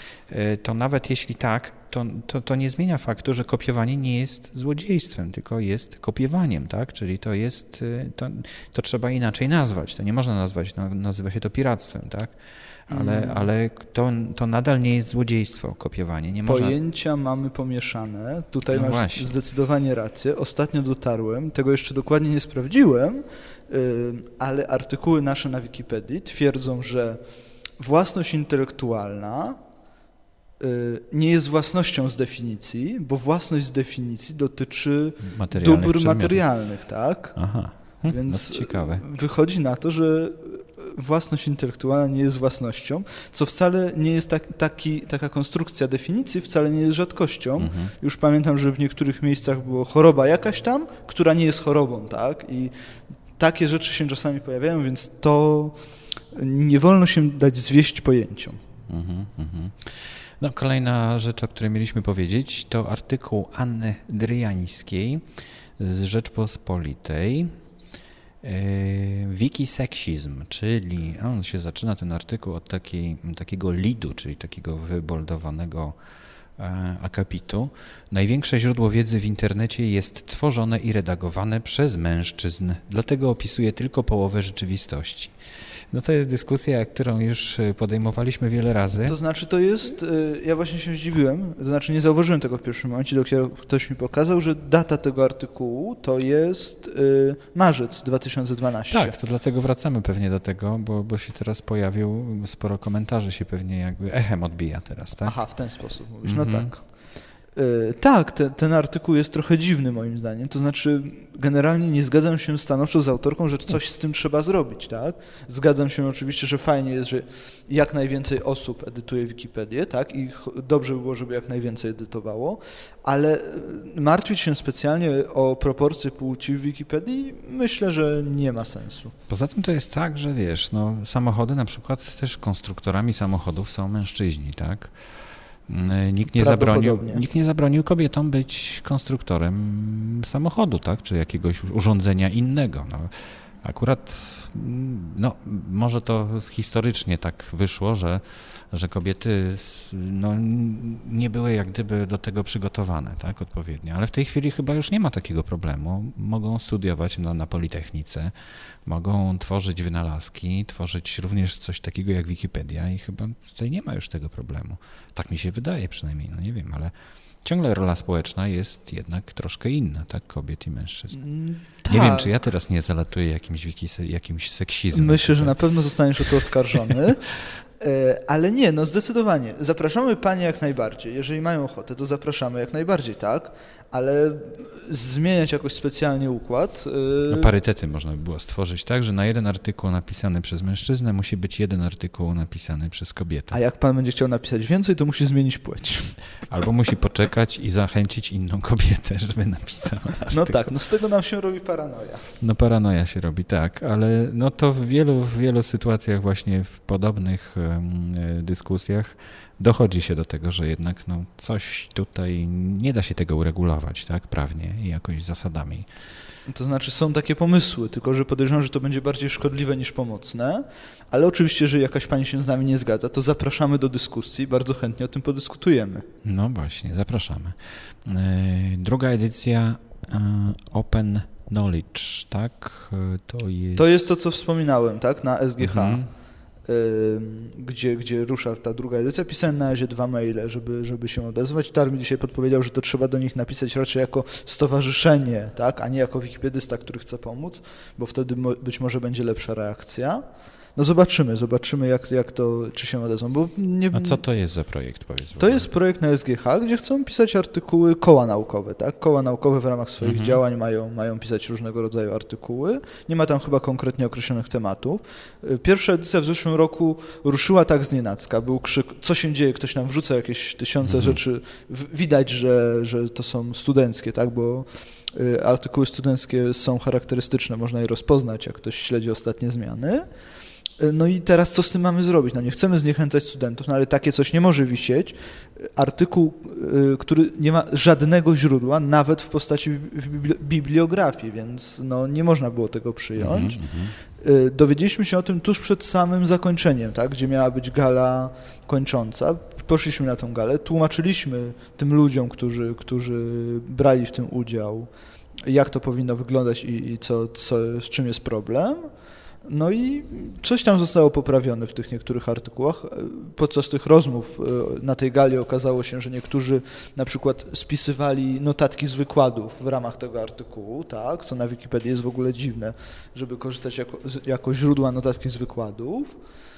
To nawet jeśli tak, to, to, to nie zmienia faktu, że kopiowanie nie jest złodziejstwem, tylko jest kopiowaniem, tak? Czyli to jest, to, to trzeba inaczej nazwać. To nie można nazwać, no, nazywa się to piractwem, tak? Ale, mm. ale to, to nadal nie jest złodziejstwo, kopiowanie. Nie można... Pojęcia mamy pomieszane. Tutaj no masz właśnie. zdecydowanie rację. Ostatnio dotarłem, tego jeszcze dokładnie nie sprawdziłem, yy, ale artykuły nasze na Wikipedii twierdzą, że własność intelektualna nie jest własnością z definicji, bo własność z definicji dotyczy materialnych dóbr materialnych, tak? Aha, hm, więc no ciekawe. Wychodzi na to, że własność intelektualna nie jest własnością, co wcale nie jest tak, taki, taka konstrukcja definicji, wcale nie jest rzadkością. Mhm. Już pamiętam, że w niektórych miejscach było choroba jakaś tam, która nie jest chorobą, tak? I takie rzeczy się czasami pojawiają, więc to nie wolno się dać zwieść pojęciom. Mhm, mhm. No, kolejna rzecz, o której mieliśmy powiedzieć, to artykuł Anny Dryjańskiej z Rzeczpospolitej. Wikiseksizm, czyli on się zaczyna ten artykuł od takiej, takiego lidu, czyli takiego wyboldowanego akapitu. Największe źródło wiedzy w internecie jest tworzone i redagowane przez mężczyzn, dlatego opisuje tylko połowę rzeczywistości. No to jest dyskusja, którą już podejmowaliśmy wiele razy. To znaczy to jest, ja właśnie się zdziwiłem, to znaczy nie zauważyłem tego w pierwszym momencie, dopiero ktoś mi pokazał, że data tego artykułu to jest marzec dwa tysiące dwunasty. Tak, to dlatego wracamy pewnie do tego, bo, bo się teraz pojawił, sporo komentarzy się pewnie jakby echem odbija teraz, tak? Aha, w ten sposób mówisz, no mhm. tak. Yy, tak, te, ten artykuł jest trochę dziwny moim zdaniem, to znaczy generalnie nie zgadzam się stanowczo z autorką, że coś z tym trzeba zrobić, tak? Zgadzam się oczywiście, że fajnie jest, że jak najwięcej osób edytuje Wikipedię, tak? I dobrze by było, żeby jak najwięcej edytowało, ale martwić się specjalnie o proporcje płci w Wikipedii myślę, że nie ma sensu. Poza tym to jest tak, że wiesz, no samochody na przykład też konstruktorami samochodów są mężczyźni, tak? Nikt nie, zabronił, nikt nie zabronił kobietom być konstruktorem samochodu, tak, czy jakiegoś urządzenia innego. No, akurat no, może to historycznie tak wyszło, że, że kobiety no, nie były jak gdyby do tego przygotowane, tak, odpowiednio. Ale w tej chwili chyba już nie ma takiego problemu. Mogą studiować na, na Politechnice, mogą tworzyć wynalazki, tworzyć również coś takiego jak Wikipedia i chyba tutaj nie ma już tego problemu. Tak mi się wydaje przynajmniej, no nie wiem, ale ciągle rola społeczna jest jednak troszkę inna, tak, kobiet i mężczyzn. Mm, tak. Nie wiem, czy ja teraz nie zalatuję jakimś, wiki, jakimś seksizmem. Myślę, że na pewno zostaniesz o to oskarżony. Ale nie, no zdecydowanie. Zapraszamy panie jak najbardziej. Jeżeli mają ochotę, to zapraszamy jak najbardziej, tak? ale zmieniać jakoś specjalnie układ. No, parytety można by było stworzyć tak, że na jeden artykuł napisany przez mężczyznę musi być jeden artykuł napisany przez kobietę. A jak pan będzie chciał napisać więcej, to musi zmienić płeć. Albo musi poczekać i zachęcić inną kobietę, żeby napisała artykuł. No tak, no z tego nam się robi paranoja. No paranoja się robi, tak, ale no to w wielu, w wielu sytuacjach właśnie w podobnych um, dyskusjach dochodzi się do tego, że jednak no, coś tutaj nie da się tego uregulować, tak, prawnie i jakoś zasadami. To znaczy są takie pomysły, tylko że podejrzewam, że to będzie bardziej szkodliwe niż pomocne, ale oczywiście, że jakaś pani się z nami nie zgadza, to zapraszamy do dyskusji, bardzo chętnie o tym podyskutujemy. No właśnie, zapraszamy. Druga edycja Open Knowledge, tak? To jest... To jest to, co wspominałem, tak, na S G H. Mhm. Gdzie, gdzie rusza ta druga edycja. Pisałem na razie dwa maile, żeby, żeby się odezwać. Tar mi dzisiaj podpowiedział, że to trzeba do nich napisać raczej jako stowarzyszenie, tak, a nie jako wikipedysta, który chce pomóc, bo wtedy mo- być może będzie lepsza reakcja. No zobaczymy, zobaczymy jak, jak to, czy się odezwą. Bo nie, a co to jest za projekt, powiedz? To jest projekt na S G H, gdzie chcą pisać artykuły koła naukowe, tak? Koła naukowe w ramach swoich mhm. działań mają, mają pisać różnego rodzaju artykuły. Nie ma tam chyba konkretnie określonych tematów. Pierwsza edycja w zeszłym roku ruszyła tak znienacka. Był krzyk, co się dzieje, ktoś nam wrzuca jakieś tysiące mhm. rzeczy. Widać, że, że to są studenckie, tak? Bo artykuły studenckie są charakterystyczne, można je rozpoznać, jak ktoś śledzi ostatnie zmiany. No i teraz co z tym mamy zrobić? No nie chcemy zniechęcać studentów, no ale takie coś nie może wisieć. Artykuł, który nie ma żadnego źródła, nawet w postaci bibliografii, więc no nie można było tego przyjąć. Mm-hmm. Dowiedzieliśmy się o tym tuż przed samym zakończeniem, tak, gdzie miała być gala kończąca. Poszliśmy na tą galę, tłumaczyliśmy tym ludziom, którzy, którzy brali w tym udział, jak to powinno wyglądać i, i co, co, z czym jest problem. No i coś tam zostało poprawione w tych niektórych artykułach. Podczas tych rozmów na tej gali okazało się, że niektórzy na przykład spisywali notatki z wykładów w ramach tego artykułu, tak, co na Wikipedii jest w ogóle dziwne, żeby korzystać jako, jako źródła notatki z wykładów.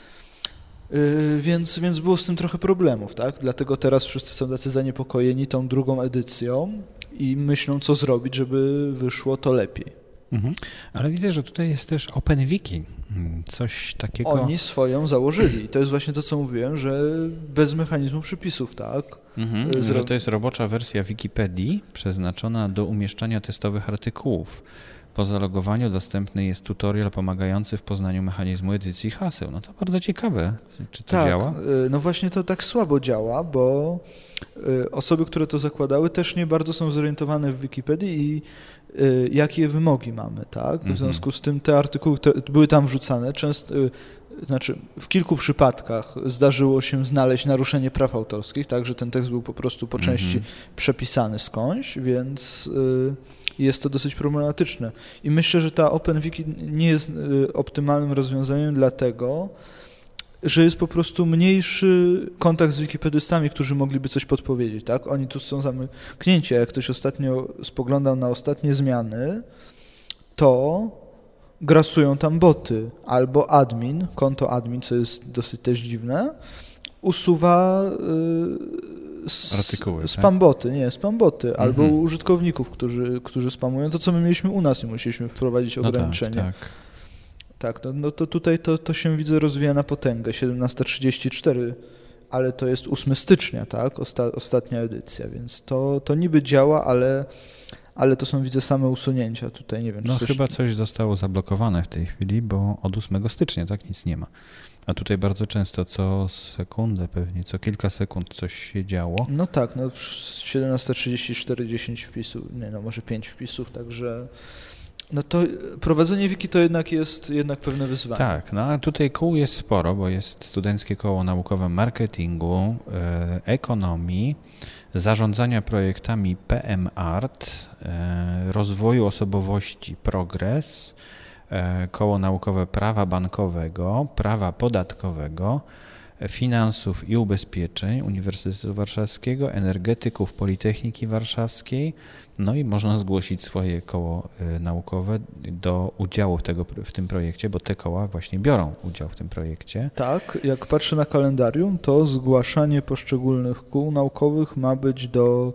Yy, więc, więc było z tym trochę problemów, tak? Dlatego teraz wszyscy są tacy zaniepokojeni tą drugą edycją i myślą, co zrobić, żeby wyszło to lepiej. Mhm. Ale widzę, że tutaj jest też OpenWiki, coś takiego... Oni swoją założyli i to jest właśnie to, co mówiłem, że bez mechanizmu przypisów, tak? Mhm. Zro... Że to jest robocza wersja Wikipedii przeznaczona do umieszczania testowych artykułów. Po zalogowaniu dostępny jest tutorial pomagający w poznaniu mechanizmu edycji haseł. No to bardzo ciekawe. Czy to tak, działa? No właśnie to tak słabo działa, bo osoby, które to zakładały, też nie bardzo są zorientowane w Wikipedii i jakie wymogi mamy, tak? W związku z tym te artykuły te były tam wrzucane. Często, znaczy w kilku przypadkach zdarzyło się znaleźć naruszenie praw autorskich, tak, że ten tekst był po prostu po części przepisany skądś, więc jest to dosyć problematyczne. I myślę, że ta OpenWiki nie jest optymalnym rozwiązaniem dlatego, że jest po prostu mniejszy kontakt z wikipedystami, którzy mogliby coś podpowiedzieć, tak? Oni tu są zamknięci, a jak ktoś ostatnio spoglądał na ostatnie zmiany, to grasują tam boty, albo admin, konto admin, co jest dosyć też dziwne, usuwa yy, artykuły, spamboty, tak? nie, spamboty, mhm. albo użytkowników, którzy, którzy spamują. To, co my mieliśmy u nas i musieliśmy wprowadzić ograniczenia. No tak, tak. Tak, no, no to tutaj to, to się widzę rozwija na potęgę, siedemnasta trzydzieści cztery, ale to jest ósmego stycznia, tak, Osta, ostatnia edycja, więc to, to niby działa, ale, ale to są, widzę, same usunięcia tutaj, nie wiem. Czy no coś... chyba coś zostało zablokowane w tej chwili, bo od ósmego stycznia, tak, nic nie ma. A tutaj bardzo często co sekundę pewnie, co kilka sekund coś się działo. No tak, no siedemnasta trzydzieści cztery, dziesięć wpisów, nie no, może pięć wpisów, także... No to prowadzenie wiki to jednak jest jednak pewne wyzwanie. Tak, no a tutaj kół jest sporo, bo jest Studenckie Koło Naukowe Marketingu, e, Ekonomii, Zarządzania Projektami P M Art, e, Rozwoju Osobowości Progres, e, Koło Naukowe Prawa Bankowego, Prawa Podatkowego, Finansów i Ubezpieczeń Uniwersytetu Warszawskiego, Energetyków Politechniki Warszawskiej, no i można zgłosić swoje koło naukowe do udziału w, tego, w tym projekcie, bo te koła właśnie biorą udział w tym projekcie. Tak, jak patrzę na kalendarium, to zgłaszanie poszczególnych kół naukowych ma być do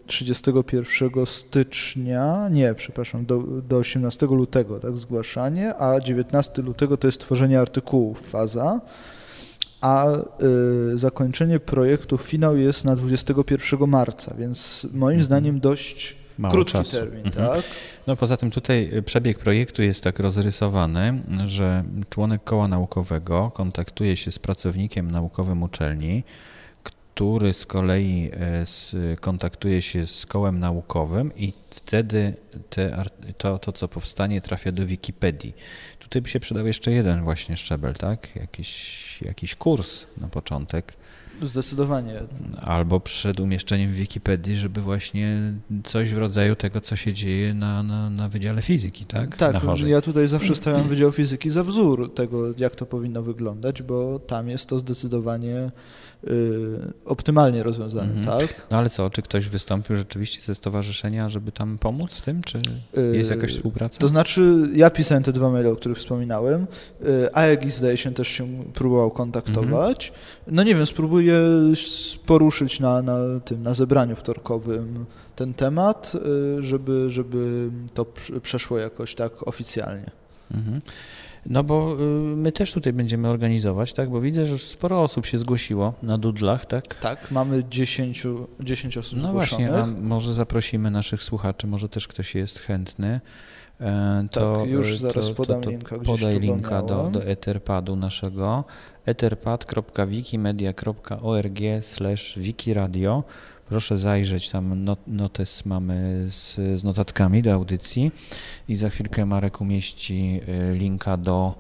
trzydziestego pierwszego stycznia, nie, przepraszam, do, do osiemnastego lutego, tak, zgłaszanie, a dziewiętnastego lutego to jest tworzenie artykułów, faza, a y, zakończenie projektu, finał jest na dwudziestego pierwszego marca, więc moim mhm. zdaniem dość Mało krótki czasu. termin, Mhm. tak? No poza tym tutaj przebieg projektu jest tak rozrysowany, że członek koła naukowego kontaktuje się z pracownikiem naukowym uczelni, który z kolei kontaktuje się z kołem naukowym i wtedy te, to, to, co powstanie, trafia do Wikipedii. Tutaj by się przydał jeszcze jeden właśnie szczebel, tak? Jakiś, jakiś kurs na początek. Zdecydowanie. Albo przed umieszczeniem w Wikipedii, żeby właśnie coś w rodzaju tego, co się dzieje na, na, na Wydziale Fizyki, tak? Tak, na Chorzej. Ja tutaj zawsze stawiam Wydział Fizyki za wzór tego, jak to powinno wyglądać, bo tam jest to zdecydowanie y, optymalnie rozwiązane, mhm. tak? No ale co, czy ktoś wystąpił rzeczywiście ze stowarzyszenia, żeby tam pomóc w tym, czy jest jakaś współpraca? To znaczy, ja pisałem te dwa maile, o których wspominałem, a E G I zdaje się też się próbował kontaktować. Mhm. No nie wiem, spróbuję poruszyć na, na tym, na zebraniu wtorkowym ten temat, żeby, żeby to przeszło jakoś tak oficjalnie. Mhm. No bo my też tutaj będziemy organizować, tak? Bo widzę, że już sporo osób się zgłosiło na doodlach, tak? Tak, mamy dziesięć, dziesięć osób no zgłoszonych. No właśnie, a może zaprosimy naszych słuchaczy, może też ktoś jest chętny. To, tak, już zaraz to, podam to, to linka, gdzieś podaj tu linka do, miałem. do etherpadu naszego, etherpad kropka wikimedia kropka org slash wikiradio. Proszę zajrzeć, tam not, notes mamy z, z notatkami do audycji i za chwilkę Marek umieści linka do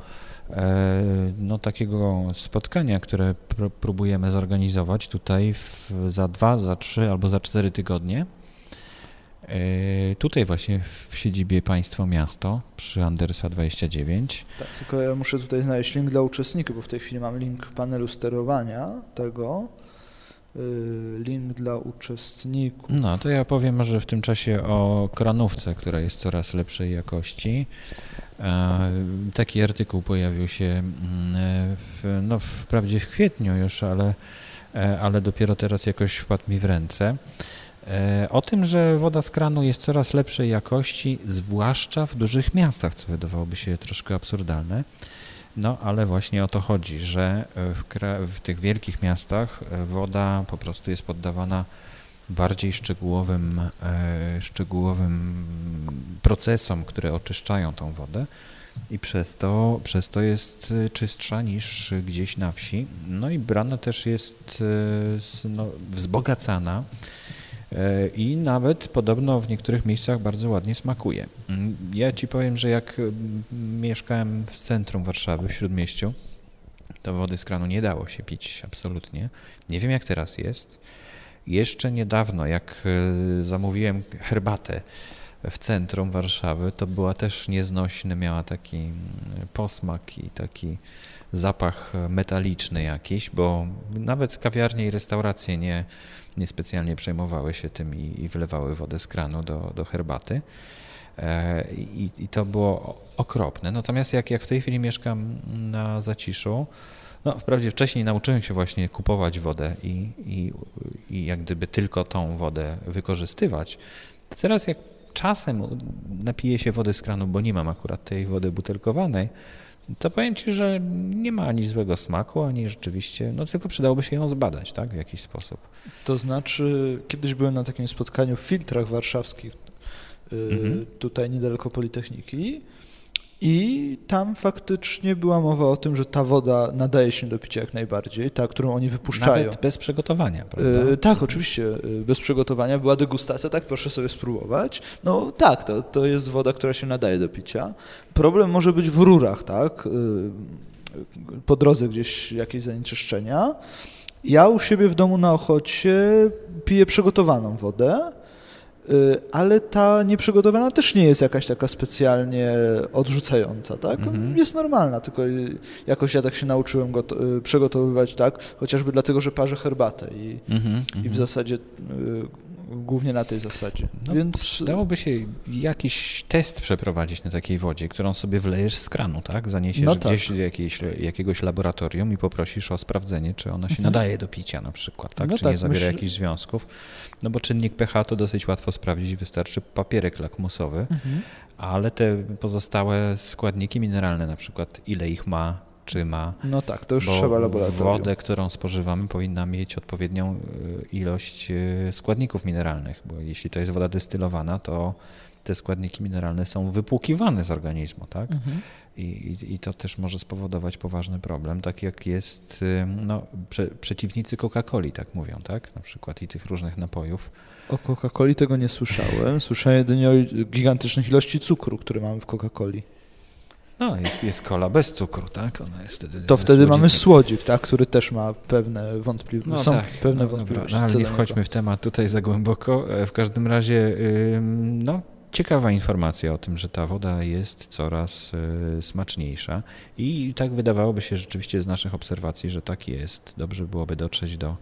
no, takiego spotkania, które pr- próbujemy zorganizować tutaj w, za dwa, za trzy albo za cztery tygodnie. Tutaj właśnie w siedzibie Państwo Miasto przy Andersa dwadzieścia dziewięć. Tak, tylko ja muszę tutaj znaleźć link dla uczestników, bo w tej chwili mam link panelu sterowania tego. Link dla uczestników. No to ja powiem może w tym czasie o kranówce, która jest coraz lepszej jakości. Taki artykuł pojawił się w, no wprawdzie w kwietniu już, ale, ale dopiero teraz jakoś wpadł mi w ręce. O tym, że woda z kranu jest coraz lepszej jakości, zwłaszcza w dużych miastach, co wydawałoby się troszkę absurdalne. No, ale właśnie o to chodzi, że w, kra- w tych wielkich miastach woda po prostu jest poddawana bardziej szczegółowym, e, szczegółowym procesom, które oczyszczają tą wodę i przez to, przez to jest czystsza niż gdzieś na wsi. No i brana też jest e, no, wzbogacana i nawet podobno w niektórych miejscach bardzo ładnie smakuje. Ja Ci powiem, że jak mieszkałem w centrum Warszawy, w Śródmieściu, to wody z kranu nie dało się pić absolutnie. Nie wiem jak teraz jest. Jeszcze niedawno, jak zamówiłem herbatę w centrum Warszawy, to była też nieznośna, miała taki posmak i taki zapach metaliczny jakiś, bo nawet kawiarnie i restauracje nie, nie specjalnie przejmowały się tym i, i wlewały wodę z kranu do, do herbaty. E, i, I to było okropne. Natomiast jak, jak w tej chwili mieszkam na Zaciszu, no wprawdzie wcześniej nauczyłem się właśnie kupować wodę i, i, i jak gdyby tylko tą wodę wykorzystywać, to teraz jak czasem napiję się wody z kranu, bo nie mam akurat tej wody butelkowanej, to powiem Ci, że nie ma ani złego smaku, ani rzeczywiście, no tylko przydałoby się ją zbadać, tak, w jakiś sposób. To znaczy, kiedyś byłem na takim spotkaniu w Filtrach Warszawskich, mhm. tutaj niedaleko Politechniki i tam faktycznie była mowa o tym, że ta woda nadaje się do picia jak najbardziej, ta, którą oni wypuszczają. Nawet bez przygotowania, prawda? Yy, tak, oczywiście, bez przygotowania. Była degustacja, tak, proszę sobie spróbować. No tak, to, to jest woda, która się nadaje do picia. Problem może być w rurach, tak, yy, po drodze gdzieś jakieś zanieczyszczenia. Ja u siebie w domu na Ochocie piję przygotowaną wodę, ale ta nieprzygotowana też nie jest jakaś taka specjalnie odrzucająca, tak? Mhm. Jest normalna, tylko jakoś ja tak się nauczyłem go przygotowywać, tak? Chociażby dlatego, że parzę herbatę i, mhm, i w zasadzie głównie na tej zasadzie. No, Więc dałoby się jakiś test przeprowadzić na takiej wodzie, którą sobie wlejesz z kranu, tak? Zaniesiesz No tak. gdzieś do jakiejś, jakiegoś laboratorium i poprosisz o sprawdzenie, czy ona się Mhm. nadaje do picia na przykład, tak? No Czy tak, nie zawiera myślę- jakichś związków. No bo czynnik pH to dosyć łatwo sprawdzić, wystarczy papierek lakmusowy, Mhm. ale te pozostałe składniki mineralne na przykład, ile ich ma, czy ma, No tak, to już bo trzeba laboratorium. wodę, którą spożywamy, powinna mieć odpowiednią y, ilość y, składników mineralnych, bo jeśli to jest woda destylowana, to te składniki mineralne są wypłukiwane z organizmu, tak? Mhm. I, i, I to też może spowodować poważny problem, tak jak jest, y, no, prze, przeciwnicy Coca-Coli, tak mówią, tak? Na przykład i tych różnych napojów. O Coca-Coli tego nie słyszałem. Słyszałem jedynie o gigantycznych ilości cukru, które mamy w Coca-Coli. No, jest, jest cola bez cukru, tak? Ona jest wtedy To ze wtedy mamy słodzikiem. słodzik, tak, który też ma pewne wątpliwości. No Są tak, pewne no, wątpliwości. Dobra, no, ale co nie do niego. wchodźmy w temat tutaj za głęboko. E, W każdym razie, ym, no, ciekawa informacja o tym, że ta woda jest coraz y, smaczniejsza i tak wydawałoby się rzeczywiście z naszych obserwacji, że tak jest. Dobrze byłoby dotrzeć do,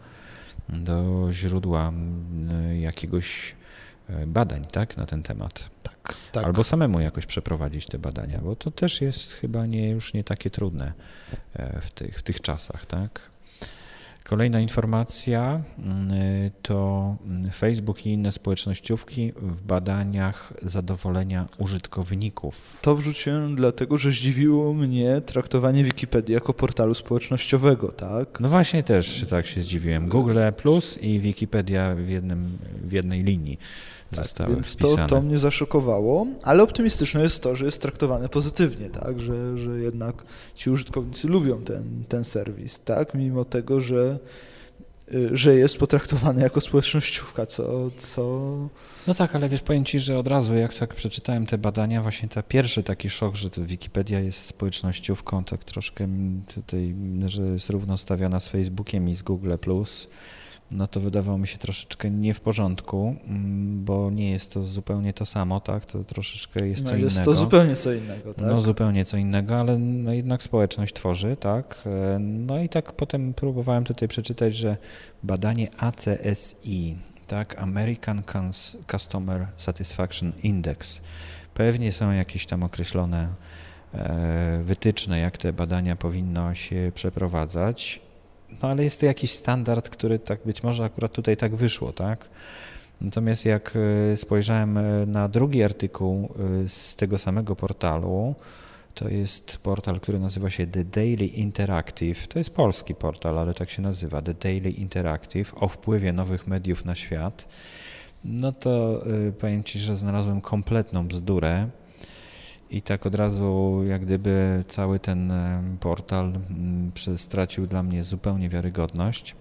do źródła y, jakiegoś y, badań, tak, na ten temat. Tak, tak. Albo samemu jakoś przeprowadzić te badania, bo to też jest chyba nie, już nie takie trudne e, w tych, w tych czasach, tak? Kolejna informacja y, to Facebook i inne społecznościówki w badaniach zadowolenia użytkowników. To wrzuciłem dlatego, że zdziwiło mnie traktowanie Wikipedii jako portalu społecznościowego, tak? No właśnie też tak się zdziwiłem. Google Plus i Wikipedia w, jednym, w jednej linii zostały Więc to, wpisane. to mnie zaszokowało, ale optymistyczne jest to, że jest traktowane pozytywnie, tak? Że, że jednak ci użytkownicy lubią ten, ten serwis, tak? Mimo tego, że, y, że jest potraktowany jako społecznościówka, co, co... No tak, ale wiesz, powiem Ci, że od razu jak tak przeczytałem te badania, właśnie ten pierwszy taki szok, że to Wikipedia jest społecznościówką, tak troszkę tutaj, że jest równostawiona z Facebookiem i z Google Plus, no to wydawało mi się troszeczkę nie w porządku, bo nie jest to zupełnie to samo, tak? To troszeczkę jest No co jest innego. to zupełnie co innego, tak? No zupełnie co innego, ale no jednak społeczność tworzy, tak? No i tak potem próbowałem tutaj przeczytać, że badanie A C S I, tak? American Customer Satisfaction Index. Pewnie są jakieś tam określone e, wytyczne, jak te badania powinno się przeprowadzać. No ale jest to jakiś standard, który tak być może akurat tutaj tak wyszło, tak? Natomiast jak spojrzałem na drugi artykuł z tego samego portalu, to jest portal, który nazywa się The Daily Interactive. To jest polski portal, ale tak się nazywa, The Daily Interactive, o wpływie nowych mediów na świat. No to powiem Ci, że znalazłem kompletną bzdurę. I tak od razu jak gdyby cały ten portal stracił dla mnie zupełnie wiarygodność,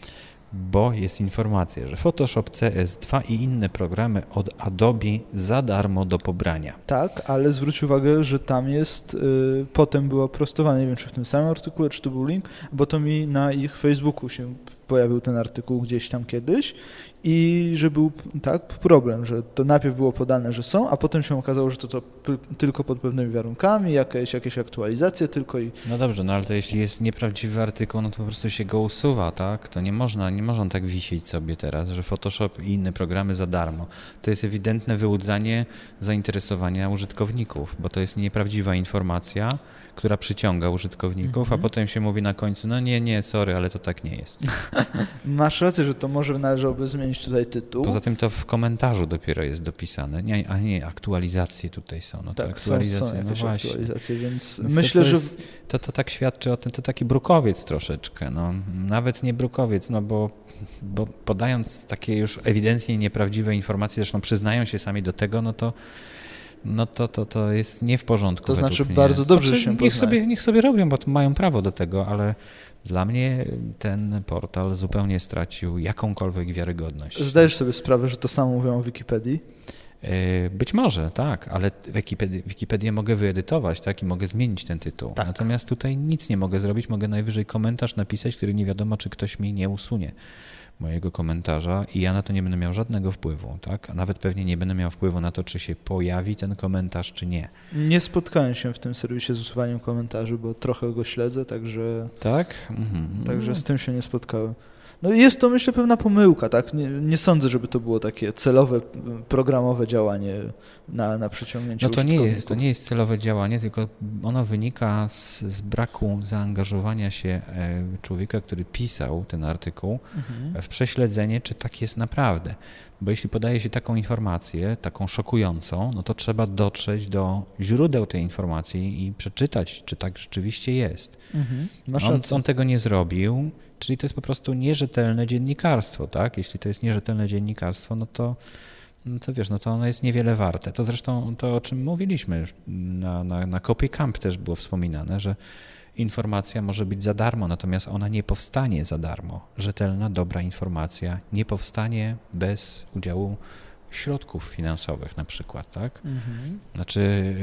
bo jest informacja, że Photoshop C S dwa i inne programy od Adobe za darmo do pobrania. Tak, ale zwróć uwagę, że tam jest, y, potem było prostowane, nie wiem czy w tym samym artykule, czy to był link, bo to mi na ich Facebooku się pojawił ten artykuł gdzieś tam kiedyś i że był tak problem, że to najpierw było podane, że są, a potem się okazało, że to, to p- tylko pod pewnymi warunkami, jakieś, jakieś aktualizacje tylko i... No dobrze, no ale to jeśli jest nieprawdziwy artykuł, no to po prostu się go usuwa, tak? To nie można, nie można tak wisieć sobie teraz, że Photoshop i inne programy za darmo. To jest ewidentne wyłudzanie zainteresowania użytkowników, bo to jest nieprawdziwa informacja, która przyciąga użytkowników, Mhm. a potem się mówi na końcu, no nie, nie, sorry, ale to tak nie jest. Masz rację, że to może należałoby zmienić tutaj tytuł. Poza tym to w komentarzu dopiero jest dopisane, nie, a nie, aktualizacje tutaj są. No to Tak, są, aktualizacje, są no jakieś właśnie. aktualizacje, więc, Więc myślę, to, to że... jest, to, to tak świadczy o tym, to taki brukowiec troszeczkę, no. Nawet nie brukowiec, no bo, bo podając takie już ewidentnie nieprawdziwe informacje, zresztą przyznają się sami do tego, no to no to, to, to jest nie w porządku. To znaczy mnie. bardzo dobrze znaczy, się niech poznaje. sobie, niech sobie robią, bo mają prawo do tego, ale dla mnie ten portal zupełnie stracił jakąkolwiek wiarygodność. Zdajesz sobie sprawę, że to samo mówią o Wikipedii? Być może, tak, ale Wikipedię, Wikipedię mogę wyedytować, tak, i mogę zmienić ten tytuł. Tak. Natomiast tutaj nic nie mogę zrobić, mogę najwyżej komentarz napisać, który nie wiadomo, czy ktoś mi nie usunie mojego komentarza i ja na to nie będę miał żadnego wpływu, tak, a nawet pewnie nie będę miał wpływu na to, czy się pojawi ten komentarz, czy nie. Nie spotkałem się w tym serwisie z usuwaniem komentarzy, bo trochę go śledzę, także, Tak? Mhm. także z tym się nie spotkałem. No i jest to, myślę, pewna pomyłka, tak? Nie, nie sądzę, żeby to było takie celowe, programowe działanie na, na przyciągnięcie No to nie użytkowników. jest, to nie jest celowe działanie, tylko ono wynika z, z braku zaangażowania się e, człowieka, który pisał ten artykuł mhm. w prześledzenie, czy tak jest naprawdę. Bo jeśli podaje się taką informację, taką szokującą, no to trzeba dotrzeć do źródeł tej informacji i przeczytać, czy tak rzeczywiście jest. Mhm. On, on tego nie zrobił, czyli to jest po prostu nierzetelne dziennikarstwo, tak? Jeśli to jest nierzetelne dziennikarstwo, no to, no to wiesz, no to ono jest niewiele warte. To zresztą to, o czym mówiliśmy, na, na, na Copy Camp też było wspominane, że informacja może być za darmo, natomiast ona nie powstanie za darmo. Rzetelna, dobra informacja nie powstanie bez udziału środków finansowych na przykład, tak? Mhm. Znaczy,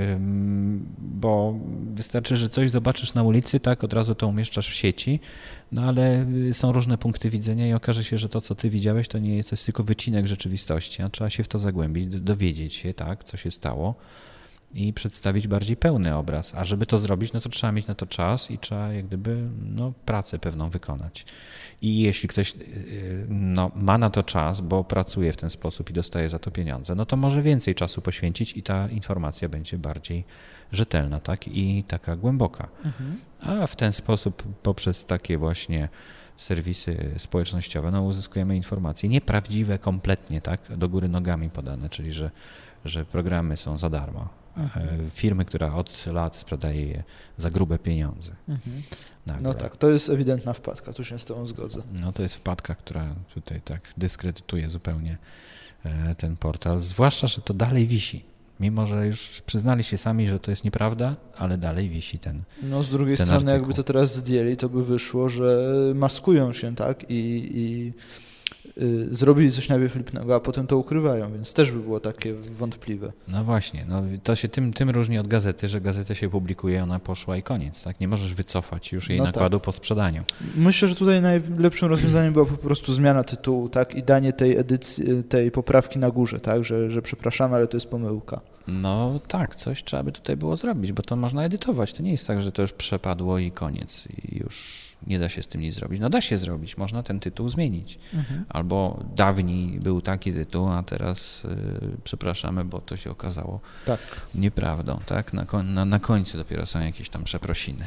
bo wystarczy, że coś zobaczysz na ulicy, tak, od razu to umieszczasz w sieci, no ale są różne punkty widzenia i okaże się, że to, co ty widziałeś, to nie jest, to jest tylko wycinek rzeczywistości, a trzeba się w to zagłębić, dowiedzieć się, tak, co się stało i przedstawić bardziej pełny obraz. A żeby to zrobić, no to trzeba mieć na to czas i trzeba jak gdyby no, pracę pewną wykonać. I jeśli ktoś no, ma na to czas, bo pracuje w ten sposób i dostaje za to pieniądze, no to może więcej czasu poświęcić i ta informacja będzie bardziej rzetelna, tak, i taka głęboka. Mhm. A w ten sposób poprzez takie właśnie serwisy społecznościowe no, uzyskujemy informacje nieprawdziwe kompletnie, tak, do góry nogami podane, czyli że, że programy są za darmo. Mhm. Firmy, która od lat sprzedaje je za grube pieniądze. Mhm. No tak, to jest ewidentna wpadka, tu się z tobą zgodzę. No to jest wpadka, która tutaj tak dyskredytuje zupełnie ten portal, zwłaszcza, że to dalej wisi. Mimo, że już przyznali się sami, że to jest nieprawda, ale dalej wisi ten No z drugiej ten strony, artykuł. Jakby to teraz zdjęli, to by wyszło, że maskują się, tak, i, i y, zrobili coś najpierw lipnego, a potem to ukrywają, więc też by było takie wątpliwe. No właśnie, no to się tym, tym różni od gazety, że gazetę się publikuje, ona poszła i koniec, tak? Nie możesz wycofać już jej no nakładu tak. po sprzedaniu. Myślę, że tutaj najlepszym rozwiązaniem była po prostu zmiana tytułu, tak, i danie tej edycji, tej poprawki na górze, tak, że, że przepraszamy, ale to jest pomyłka. No tak, coś trzeba by tutaj było zrobić, bo to można edytować. To nie jest tak, że to już przepadło i koniec i już nie da się z tym nic zrobić. No da się zrobić, można ten tytuł zmienić. Mhm. Albo dawniej był taki tytuł, a teraz yy, przepraszamy, bo to się okazało tak. nieprawdą. Tak? Na, na, na końcu dopiero są jakieś tam przeprosiny.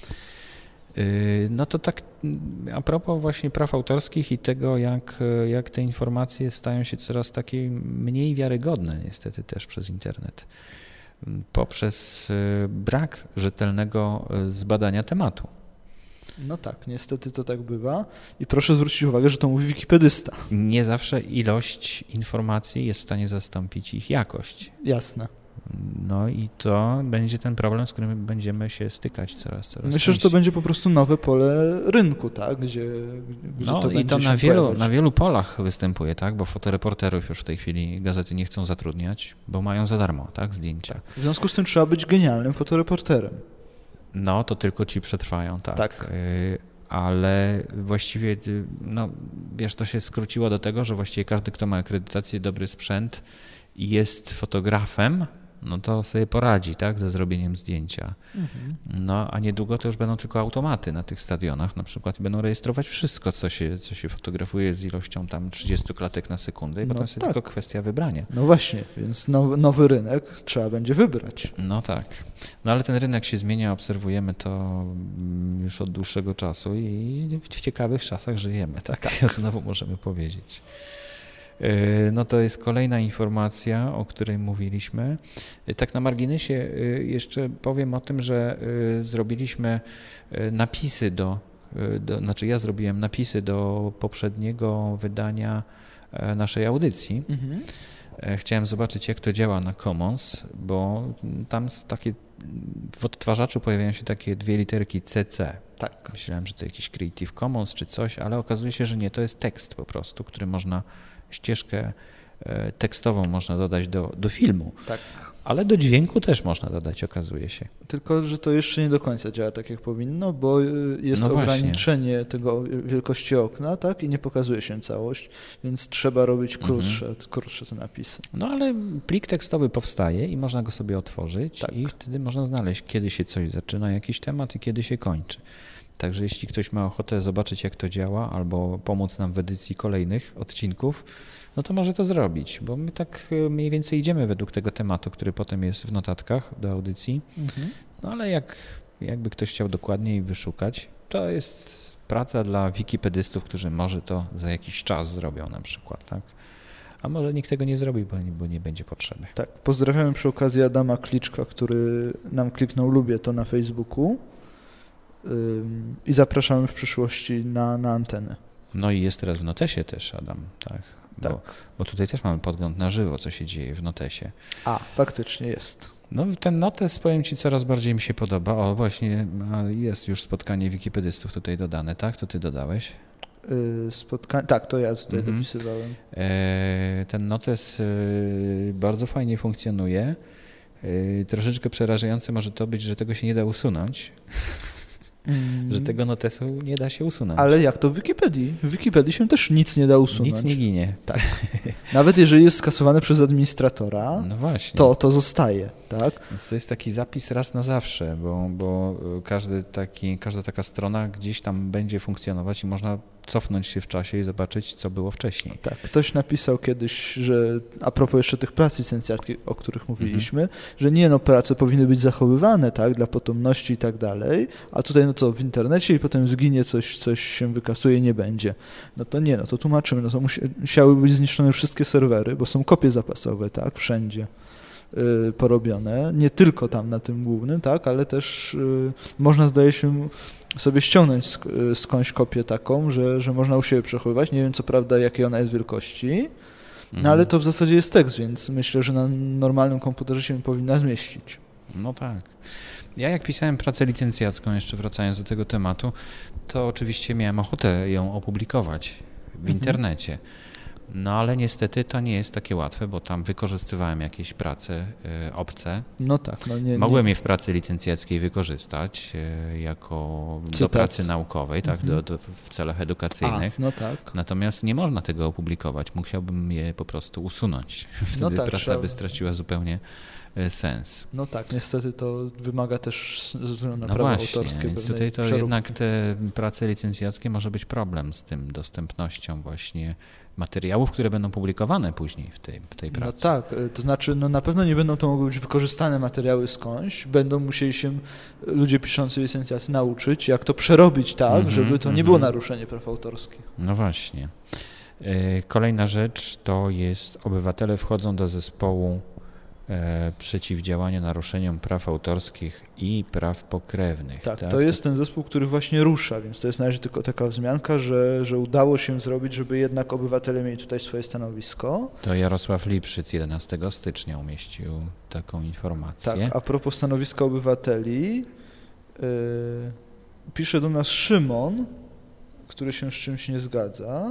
No to tak a propos właśnie praw autorskich i tego, jak, jak te informacje stają się coraz takie mniej wiarygodne niestety też przez internet, poprzez brak rzetelnego zbadania tematu. No tak, niestety to tak bywa i proszę zwrócić uwagę, że to mówi wikipedysta. Nie zawsze ilość informacji jest w stanie zastąpić ich jakość. Jasne. No i to będzie ten problem, z którym będziemy się stykać coraz, coraz Myślę, częściej. że to będzie po prostu nowe pole rynku, tak? Gdzie, gdzie no to i będzie to się na wielu, pojawiać. na wielu polach występuje, tak? Bo fotoreporterów już w tej chwili gazety nie chcą zatrudniać, bo mają za darmo, tak? Zdjęcia. W związku z tym trzeba być genialnym fotoreporterem. No to tylko ci przetrwają, tak. tak. Y- ale właściwie, no wiesz, to się skróciło do tego, że właściwie każdy, kto ma akredytację, dobry sprzęt i jest fotografem, no to sobie poradzi, tak, ze zrobieniem zdjęcia. Mhm. No a niedługo to już będą tylko automaty na tych stadionach na przykład i będą rejestrować wszystko, co się, co się fotografuje z ilością tam trzydziestu klatek na sekundę i no potem jest tak. tylko kwestia wybrania. No właśnie, więc nowy, nowy rynek trzeba będzie wybrać. No tak. No ale ten rynek się zmienia, obserwujemy to już od dłuższego czasu i w ciekawych czasach żyjemy, tak? tak. Znowu możemy powiedzieć. No to jest kolejna informacja, o której mówiliśmy. Tak na marginesie jeszcze powiem o tym, że zrobiliśmy napisy do, do znaczy ja zrobiłem napisy do poprzedniego wydania naszej audycji. Mhm. Chciałem zobaczyć, jak to działa na Commons, bo tam takie, w odtwarzaczu pojawiają się takie dwie literki C C. Tak. Myślałem, że to jakiś Creative Commons czy coś, ale okazuje się, że nie, to jest tekst po prostu, który można ścieżkę tekstową można dodać do, do filmu, tak. ale do dźwięku też można dodać, okazuje się. Tylko, że to jeszcze nie do końca działa tak, jak powinno, bo jest no ograniczenie właśnie. tego wielkości okna, tak, i nie pokazuje się całość, więc trzeba robić krótsze, mhm. krótsze te napisy. No ale plik tekstowy powstaje i można go sobie otworzyć tak. i wtedy można znaleźć, kiedy się coś zaczyna, jakiś temat i kiedy się kończy. Także jeśli ktoś ma ochotę zobaczyć, jak to działa, albo pomóc nam w edycji kolejnych odcinków, no to może to zrobić, bo my tak mniej więcej idziemy według tego tematu, który potem jest w notatkach do audycji. Mhm. No ale jak, jakby ktoś chciał dokładniej wyszukać, to jest praca dla wikipedystów, którzy może to za jakiś czas zrobią na przykład, tak? A może nikt tego nie zrobi, bo nie, bo nie będzie potrzeby. Tak, pozdrawiamy przy okazji Adama Kliczka, który nam kliknął lubię to na Facebooku ym, i zapraszamy w przyszłości na, na antenę. No i jest teraz w Notesie też Adam, tak? Bo, tak. Bo tutaj też mamy podgląd na żywo, co się dzieje w Notesie. A, faktycznie jest. No ten Notes, powiem Ci, coraz bardziej mi się podoba. O, właśnie jest już spotkanie wikipedystów tutaj dodane, tak? To Ty dodałeś? Spotkanie, tak, to ja tutaj mhm. dopisywałem. Ten Notes bardzo fajnie funkcjonuje. Troszeczkę przerażające może to być, że tego się nie da usunąć. Mm. Że tego notesu nie da się usunąć. Ale jak to w Wikipedii? W Wikipedii się też nic nie da usunąć. Nic nie ginie. Tak. Nawet jeżeli jest skasowane przez administratora, no właśnie. to to zostaje. Tak? Więc to jest taki zapis raz na zawsze, bo, bo każdy taki, każda taka strona gdzieś tam będzie funkcjonować i można cofnąć się w czasie i zobaczyć, co było wcześniej. Tak, ktoś napisał kiedyś, że a propos jeszcze tych prac licencjackich, o których mówiliśmy, mhm. że nie, no prace powinny być zachowywane, tak, dla potomności i tak dalej, a tutaj no co, w internecie i potem zginie coś, coś się wykasuje, nie będzie. No to nie, no to tłumaczymy, no to musi, musiały być zniszczone wszystkie serwery, bo są kopie zapasowe, tak, wszędzie y, porobione, nie tylko tam na tym głównym, tak, ale też y, można, zdaje się, sobie ściągnąć sk- skądś kopię taką, że, że można u siebie przechowywać. Nie wiem co prawda jakiej ona jest wielkości, mhm. no ale to w zasadzie jest tekst, więc myślę, że na normalnym komputerze się powinna zmieścić. No tak. Ja jak pisałem pracę licencjacką, jeszcze wracając do tego tematu, to oczywiście miałem ochotę ją opublikować w mhm. internecie. No ale niestety to nie jest takie łatwe, bo tam wykorzystywałem jakieś prace y, obce. No tak. No nie, Mogłem nie. je w pracy licencjackiej wykorzystać y, jako Cytat. do pracy naukowej, tak, mhm. do, do, w celach edukacyjnych. A, no tak. Natomiast nie można tego opublikować. Musiałbym je po prostu usunąć. Wtedy no tak, praca trzeba... by straciła zupełnie sens. No tak, niestety to wymaga też ze względu na no prawa właśnie, autorskie. Więc tutaj to przeróbki. jednak te prace licencjackie może być problem z tym dostępnością właśnie materiałów, które będą publikowane później w tej, w tej pracy. No tak, to znaczy no na pewno nie będą to mogły być wykorzystane materiały skądś, będą musieli się ludzie piszący licencjacje nauczyć, jak to przerobić tak, mm-hmm, żeby to nie mm-hmm. było naruszenie praw autorskich. No właśnie. Kolejna rzecz to jest obywatele wchodzą do zespołu E, przeciwdziałania naruszeniom praw autorskich i praw pokrewnych. Tak, tak, to jest ten zespół, który właśnie rusza, więc to jest na razie tylko taka wzmianka, że, że udało się zrobić, żeby jednak obywatele mieli tutaj swoje stanowisko. To Jarosław Lipszyc jedenastego stycznia umieścił taką informację. Tak, a propos stanowiska obywateli, yy, pisze do nas Szymon, który się z czymś nie zgadza.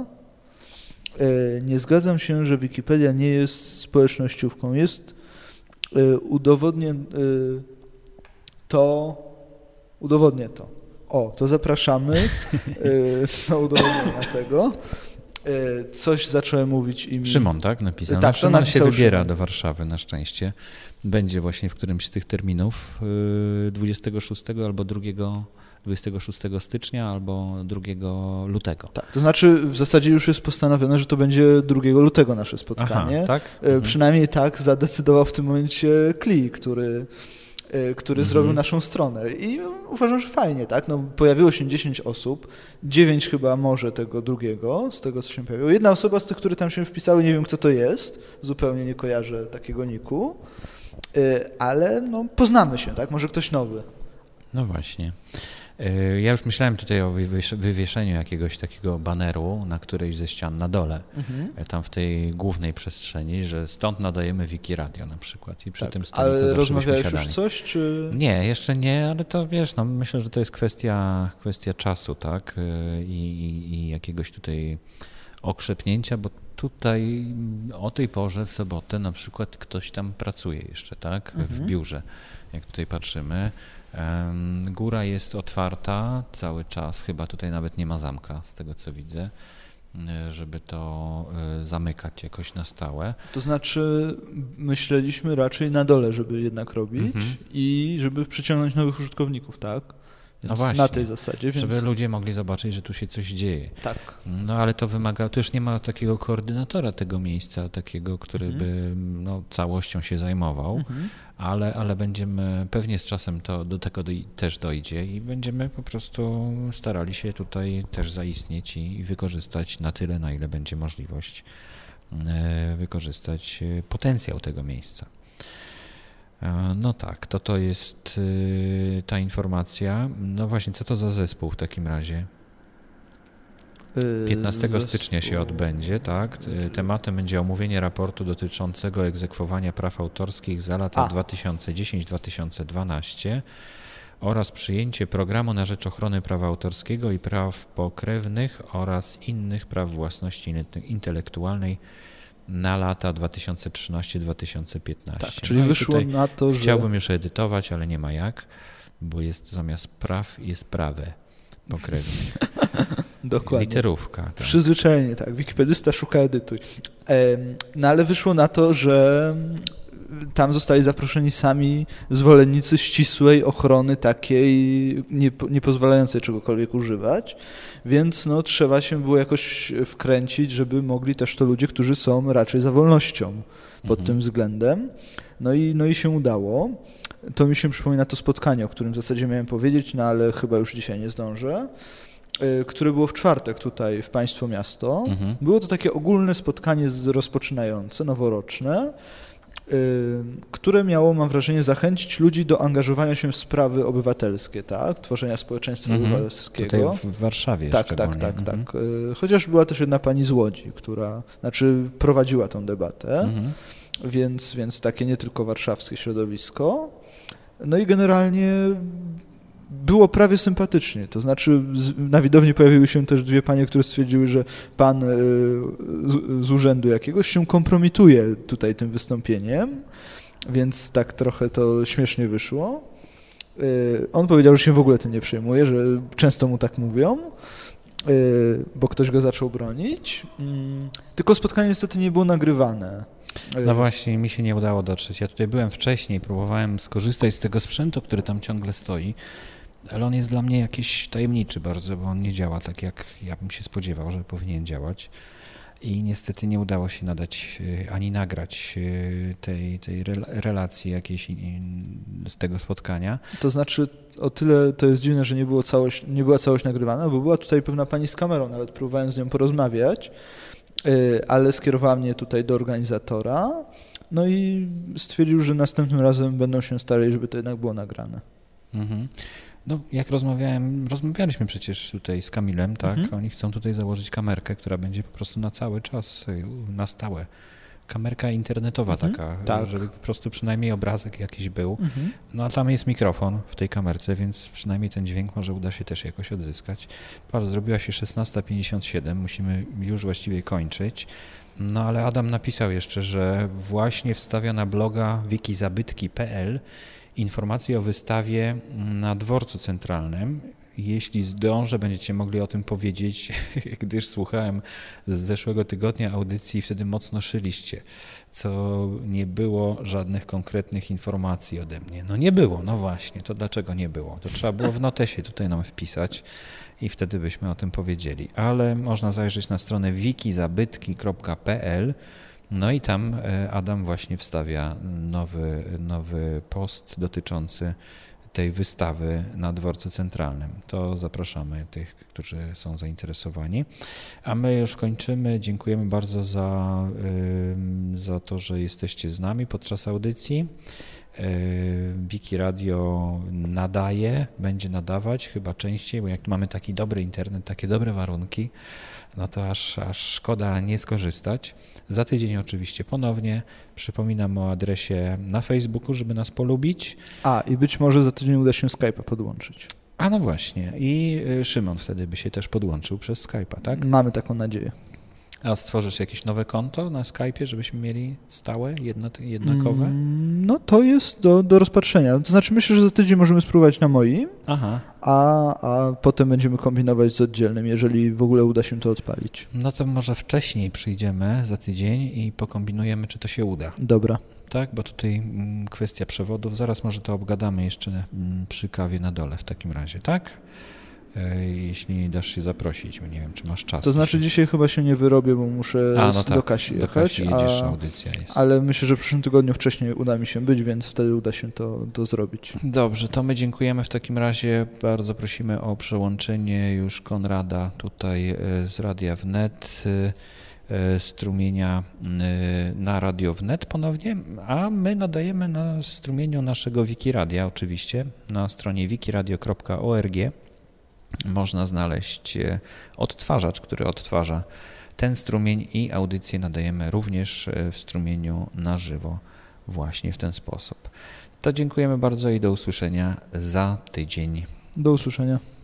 Yy, nie zgadzam się, że Wikipedia nie jest społecznościówką. Jest Udowodnię to, udowodnię to. O, to zapraszamy do udowodnienia tego. Coś zacząłem mówić i mi... Szymon, tak? Napisał. Tak, Szymon napisał się wybiera Szymon. do Warszawy na szczęście. Będzie właśnie w którymś z tych terminów dwudziestego szóstego albo drugiego dwudziestego szóstego stycznia albo drugiego lutego. Tak, to znaczy w zasadzie już jest postanowione, że to będzie drugiego lutego nasze spotkanie. Aha, tak? Mhm. Przynajmniej tak zadecydował w tym momencie Kli, który, który mhm. zrobił naszą stronę i uważam, że fajnie, tak? No, pojawiło się dziesięć osób, dziewięć chyba może tego drugiego, z tego co się pojawiło. Jedna osoba z tych, które tam się wpisały, nie wiem kto to jest, zupełnie nie kojarzę takiego niku, ale no, poznamy się, tak? Może ktoś nowy. No właśnie. Ja już myślałem tutaj o wywieszeniu jakiegoś takiego baneru na którejś ze ścian na dole, mhm. tam w tej głównej przestrzeni, że stąd nadajemy Wiki Radio na przykład i przy tak, tym stoliku ale zawsze rozmawiałeś byśmy siadali. już coś, czy... Nie, jeszcze nie, ale to wiesz, no myślę, że to jest kwestia, kwestia czasu, tak, I, i, i jakiegoś tutaj okrzepnięcia, bo tutaj o tej porze w sobotę na przykład ktoś tam pracuje jeszcze, tak, mhm. w biurze, jak tutaj patrzymy. Góra jest otwarta cały czas, chyba tutaj nawet nie ma zamka, z tego co widzę, żeby to zamykać jakoś na stałe. To znaczy myśleliśmy raczej na dole, żeby jednak robić mhm. i żeby przyciągnąć nowych użytkowników, tak? Więc no właśnie, na tej zasadzie. Więc... żeby ludzie mogli zobaczyć, że tu się coś dzieje. Tak. No ale to wymaga, to już nie ma takiego koordynatora tego miejsca, takiego, który mhm. by no, całością się zajmował, mhm. ale, ale będziemy, pewnie z czasem to do tego do, też dojdzie i będziemy po prostu starali się tutaj też zaistnieć i, i wykorzystać na tyle, na ile będzie możliwość e, wykorzystać potencjał tego miejsca. No tak, to to jest y, ta informacja. No właśnie, co to za zespół w takim razie? piętnastego stycznia się odbędzie, tak? Tematem będzie omówienie raportu dotyczącego egzekwowania praw autorskich za lata dwa tysiące dziesiąty do dwa tysiące dwunastego oraz przyjęcie programu na rzecz ochrony prawa autorskiego i praw pokrewnych oraz innych praw własności intelektualnej na lata dwa tysiące trzynasty do dwa tysiące piętnastego. Tak, czyli no wyszło na to, że... Chciałbym już edytować, ale nie ma jak, bo jest zamiast praw jest prawe pokrewnych. Dokładnie. Literówka. Tak. Przyzwyczajenie, tak. Wikipedysta szuka edytuj. No ale wyszło na to, że tam zostali zaproszeni sami zwolennicy ścisłej ochrony takiej, nie, nie pozwalającej czegokolwiek używać, więc no, trzeba się było jakoś wkręcić, żeby mogli też to ludzie, którzy są raczej za wolnością pod mhm. tym względem. No i, no i się udało. To mi się przypomina to spotkanie, o którym w zasadzie miałem powiedzieć, no ale chyba już dzisiaj nie zdążę, które było w czwartek tutaj w Państwo Miasto. Mhm. Było to takie ogólne spotkanie rozpoczynające, noworoczne, które miało, mam wrażenie, zachęcić ludzi do angażowania się w sprawy obywatelskie, tak? Tworzenia społeczeństwa mm-hmm. obywatelskiego. Tutaj w Warszawie Tak, tak, tak, mm-hmm. tak. Chociaż była też jedna pani z Łodzi, która, znaczy prowadziła tę debatę, mm-hmm. więc, więc takie nie tylko warszawskie środowisko. No i generalnie było prawie sympatycznie, to znaczy na widowni pojawiły się też dwie panie, które stwierdziły, że pan z, z urzędu jakiegoś się kompromituje tutaj tym wystąpieniem, więc tak trochę to śmiesznie wyszło. On powiedział, że się w ogóle tym nie przejmuje, że często mu tak mówią, bo ktoś go zaczął bronić, tylko spotkanie niestety nie było nagrywane. No właśnie, mi się nie udało dotrzeć. Ja tutaj byłem wcześniej, próbowałem skorzystać z tego sprzętu, który tam ciągle stoi, ale on jest dla mnie jakiś tajemniczy bardzo, bo on nie działa tak, jak ja bym się spodziewał, że powinien działać. I niestety nie udało się nadać ani nagrać tej, tej relacji jakiejś z tego spotkania. To znaczy o tyle to jest dziwne, że nie, było całość, nie była całość nagrywana, bo była tutaj pewna pani z kamerą, nawet próbowałem z nią porozmawiać, ale skierowała mnie tutaj do organizatora, no i stwierdził, że następnym razem będą się starali, żeby to jednak było nagrane. Mhm. No, jak rozmawiałem, rozmawialiśmy przecież tutaj z Kamilem, tak, mhm. Oni chcą tutaj założyć kamerkę, która będzie po prostu na cały czas, na stałe. Kamerka internetowa mhm. taka, tak. Żeby po prostu przynajmniej obrazek jakiś był. Mhm. No a tam jest mikrofon w tej kamerce, więc przynajmniej ten dźwięk może uda się też jakoś odzyskać. Patrz, zrobiła się szesnasta pięćdziesiąt siedem, musimy już właściwie kończyć. No ale Adam napisał jeszcze, że właśnie wstawia na bloga wikizabytki kropka p l informacje o wystawie na Dworcu Centralnym. Jeśli zdążę, będziecie mogli o tym powiedzieć, gdyż słuchałem z zeszłego tygodnia audycji i wtedy mocno szyliście, co nie było żadnych konkretnych informacji ode mnie. No nie było, no właśnie, to dlaczego nie było? To trzeba było w notesie tutaj nam wpisać i wtedy byśmy o tym powiedzieli. Ale można zajrzeć na stronę wikizabytki kropka p l. No i tam Adam właśnie wstawia nowy, nowy post dotyczący tej wystawy na Dworcu Centralnym. To zapraszamy tych, którzy są zainteresowani. A my już kończymy. Dziękujemy bardzo za, za to, że jesteście z nami podczas audycji. Wiki Radio nadaje, będzie nadawać chyba częściej, bo jak mamy taki dobry internet, takie dobre warunki, no to aż, aż szkoda nie skorzystać. Za tydzień oczywiście ponownie. Przypominam o adresie na Facebooku, żeby nas polubić. A, i być może za tydzień uda się Skype'a podłączyć. A no właśnie. I Szymon wtedy by się też podłączył przez Skype'a, tak? Mamy taką nadzieję. A stworzysz jakieś nowe konto na Skype'ie, żebyśmy mieli stałe, jedno, jednakowe? Mm, no to jest do, do rozpatrzenia. To znaczy myślę, że za tydzień możemy spróbować na moim, Aha. A, a potem będziemy kombinować z oddzielnym, jeżeli w ogóle uda się to odpalić. No to może wcześniej przyjdziemy za tydzień i pokombinujemy, czy to się uda. Dobra. Tak, bo tutaj kwestia przewodów, zaraz może to obgadamy jeszcze przy kawie na dole w takim razie, tak? Jeśli dasz się zaprosić, bo nie wiem, czy masz czas. To znaczy dzisiaj chyba się nie wyrobię, bo muszę a, no tak, do Kasi jechać. Do Kasi jedziesz, a, audycja jest. Ale myślę, że w przyszłym tygodniu wcześniej uda mi się być, więc wtedy uda się to, to zrobić. Dobrze, to my dziękujemy w takim razie. Bardzo prosimy o przełączenie już Konrada tutaj z Radia Wnet, strumienia na Radio Wnet ponownie, a my nadajemy na strumieniu naszego Wikiradia oczywiście, na stronie wikiradio kropka org. Można znaleźć odtwarzacz, który odtwarza ten strumień i audycję nadajemy również w strumieniu na żywo właśnie w ten sposób. To dziękujemy bardzo i do usłyszenia za tydzień. Do usłyszenia.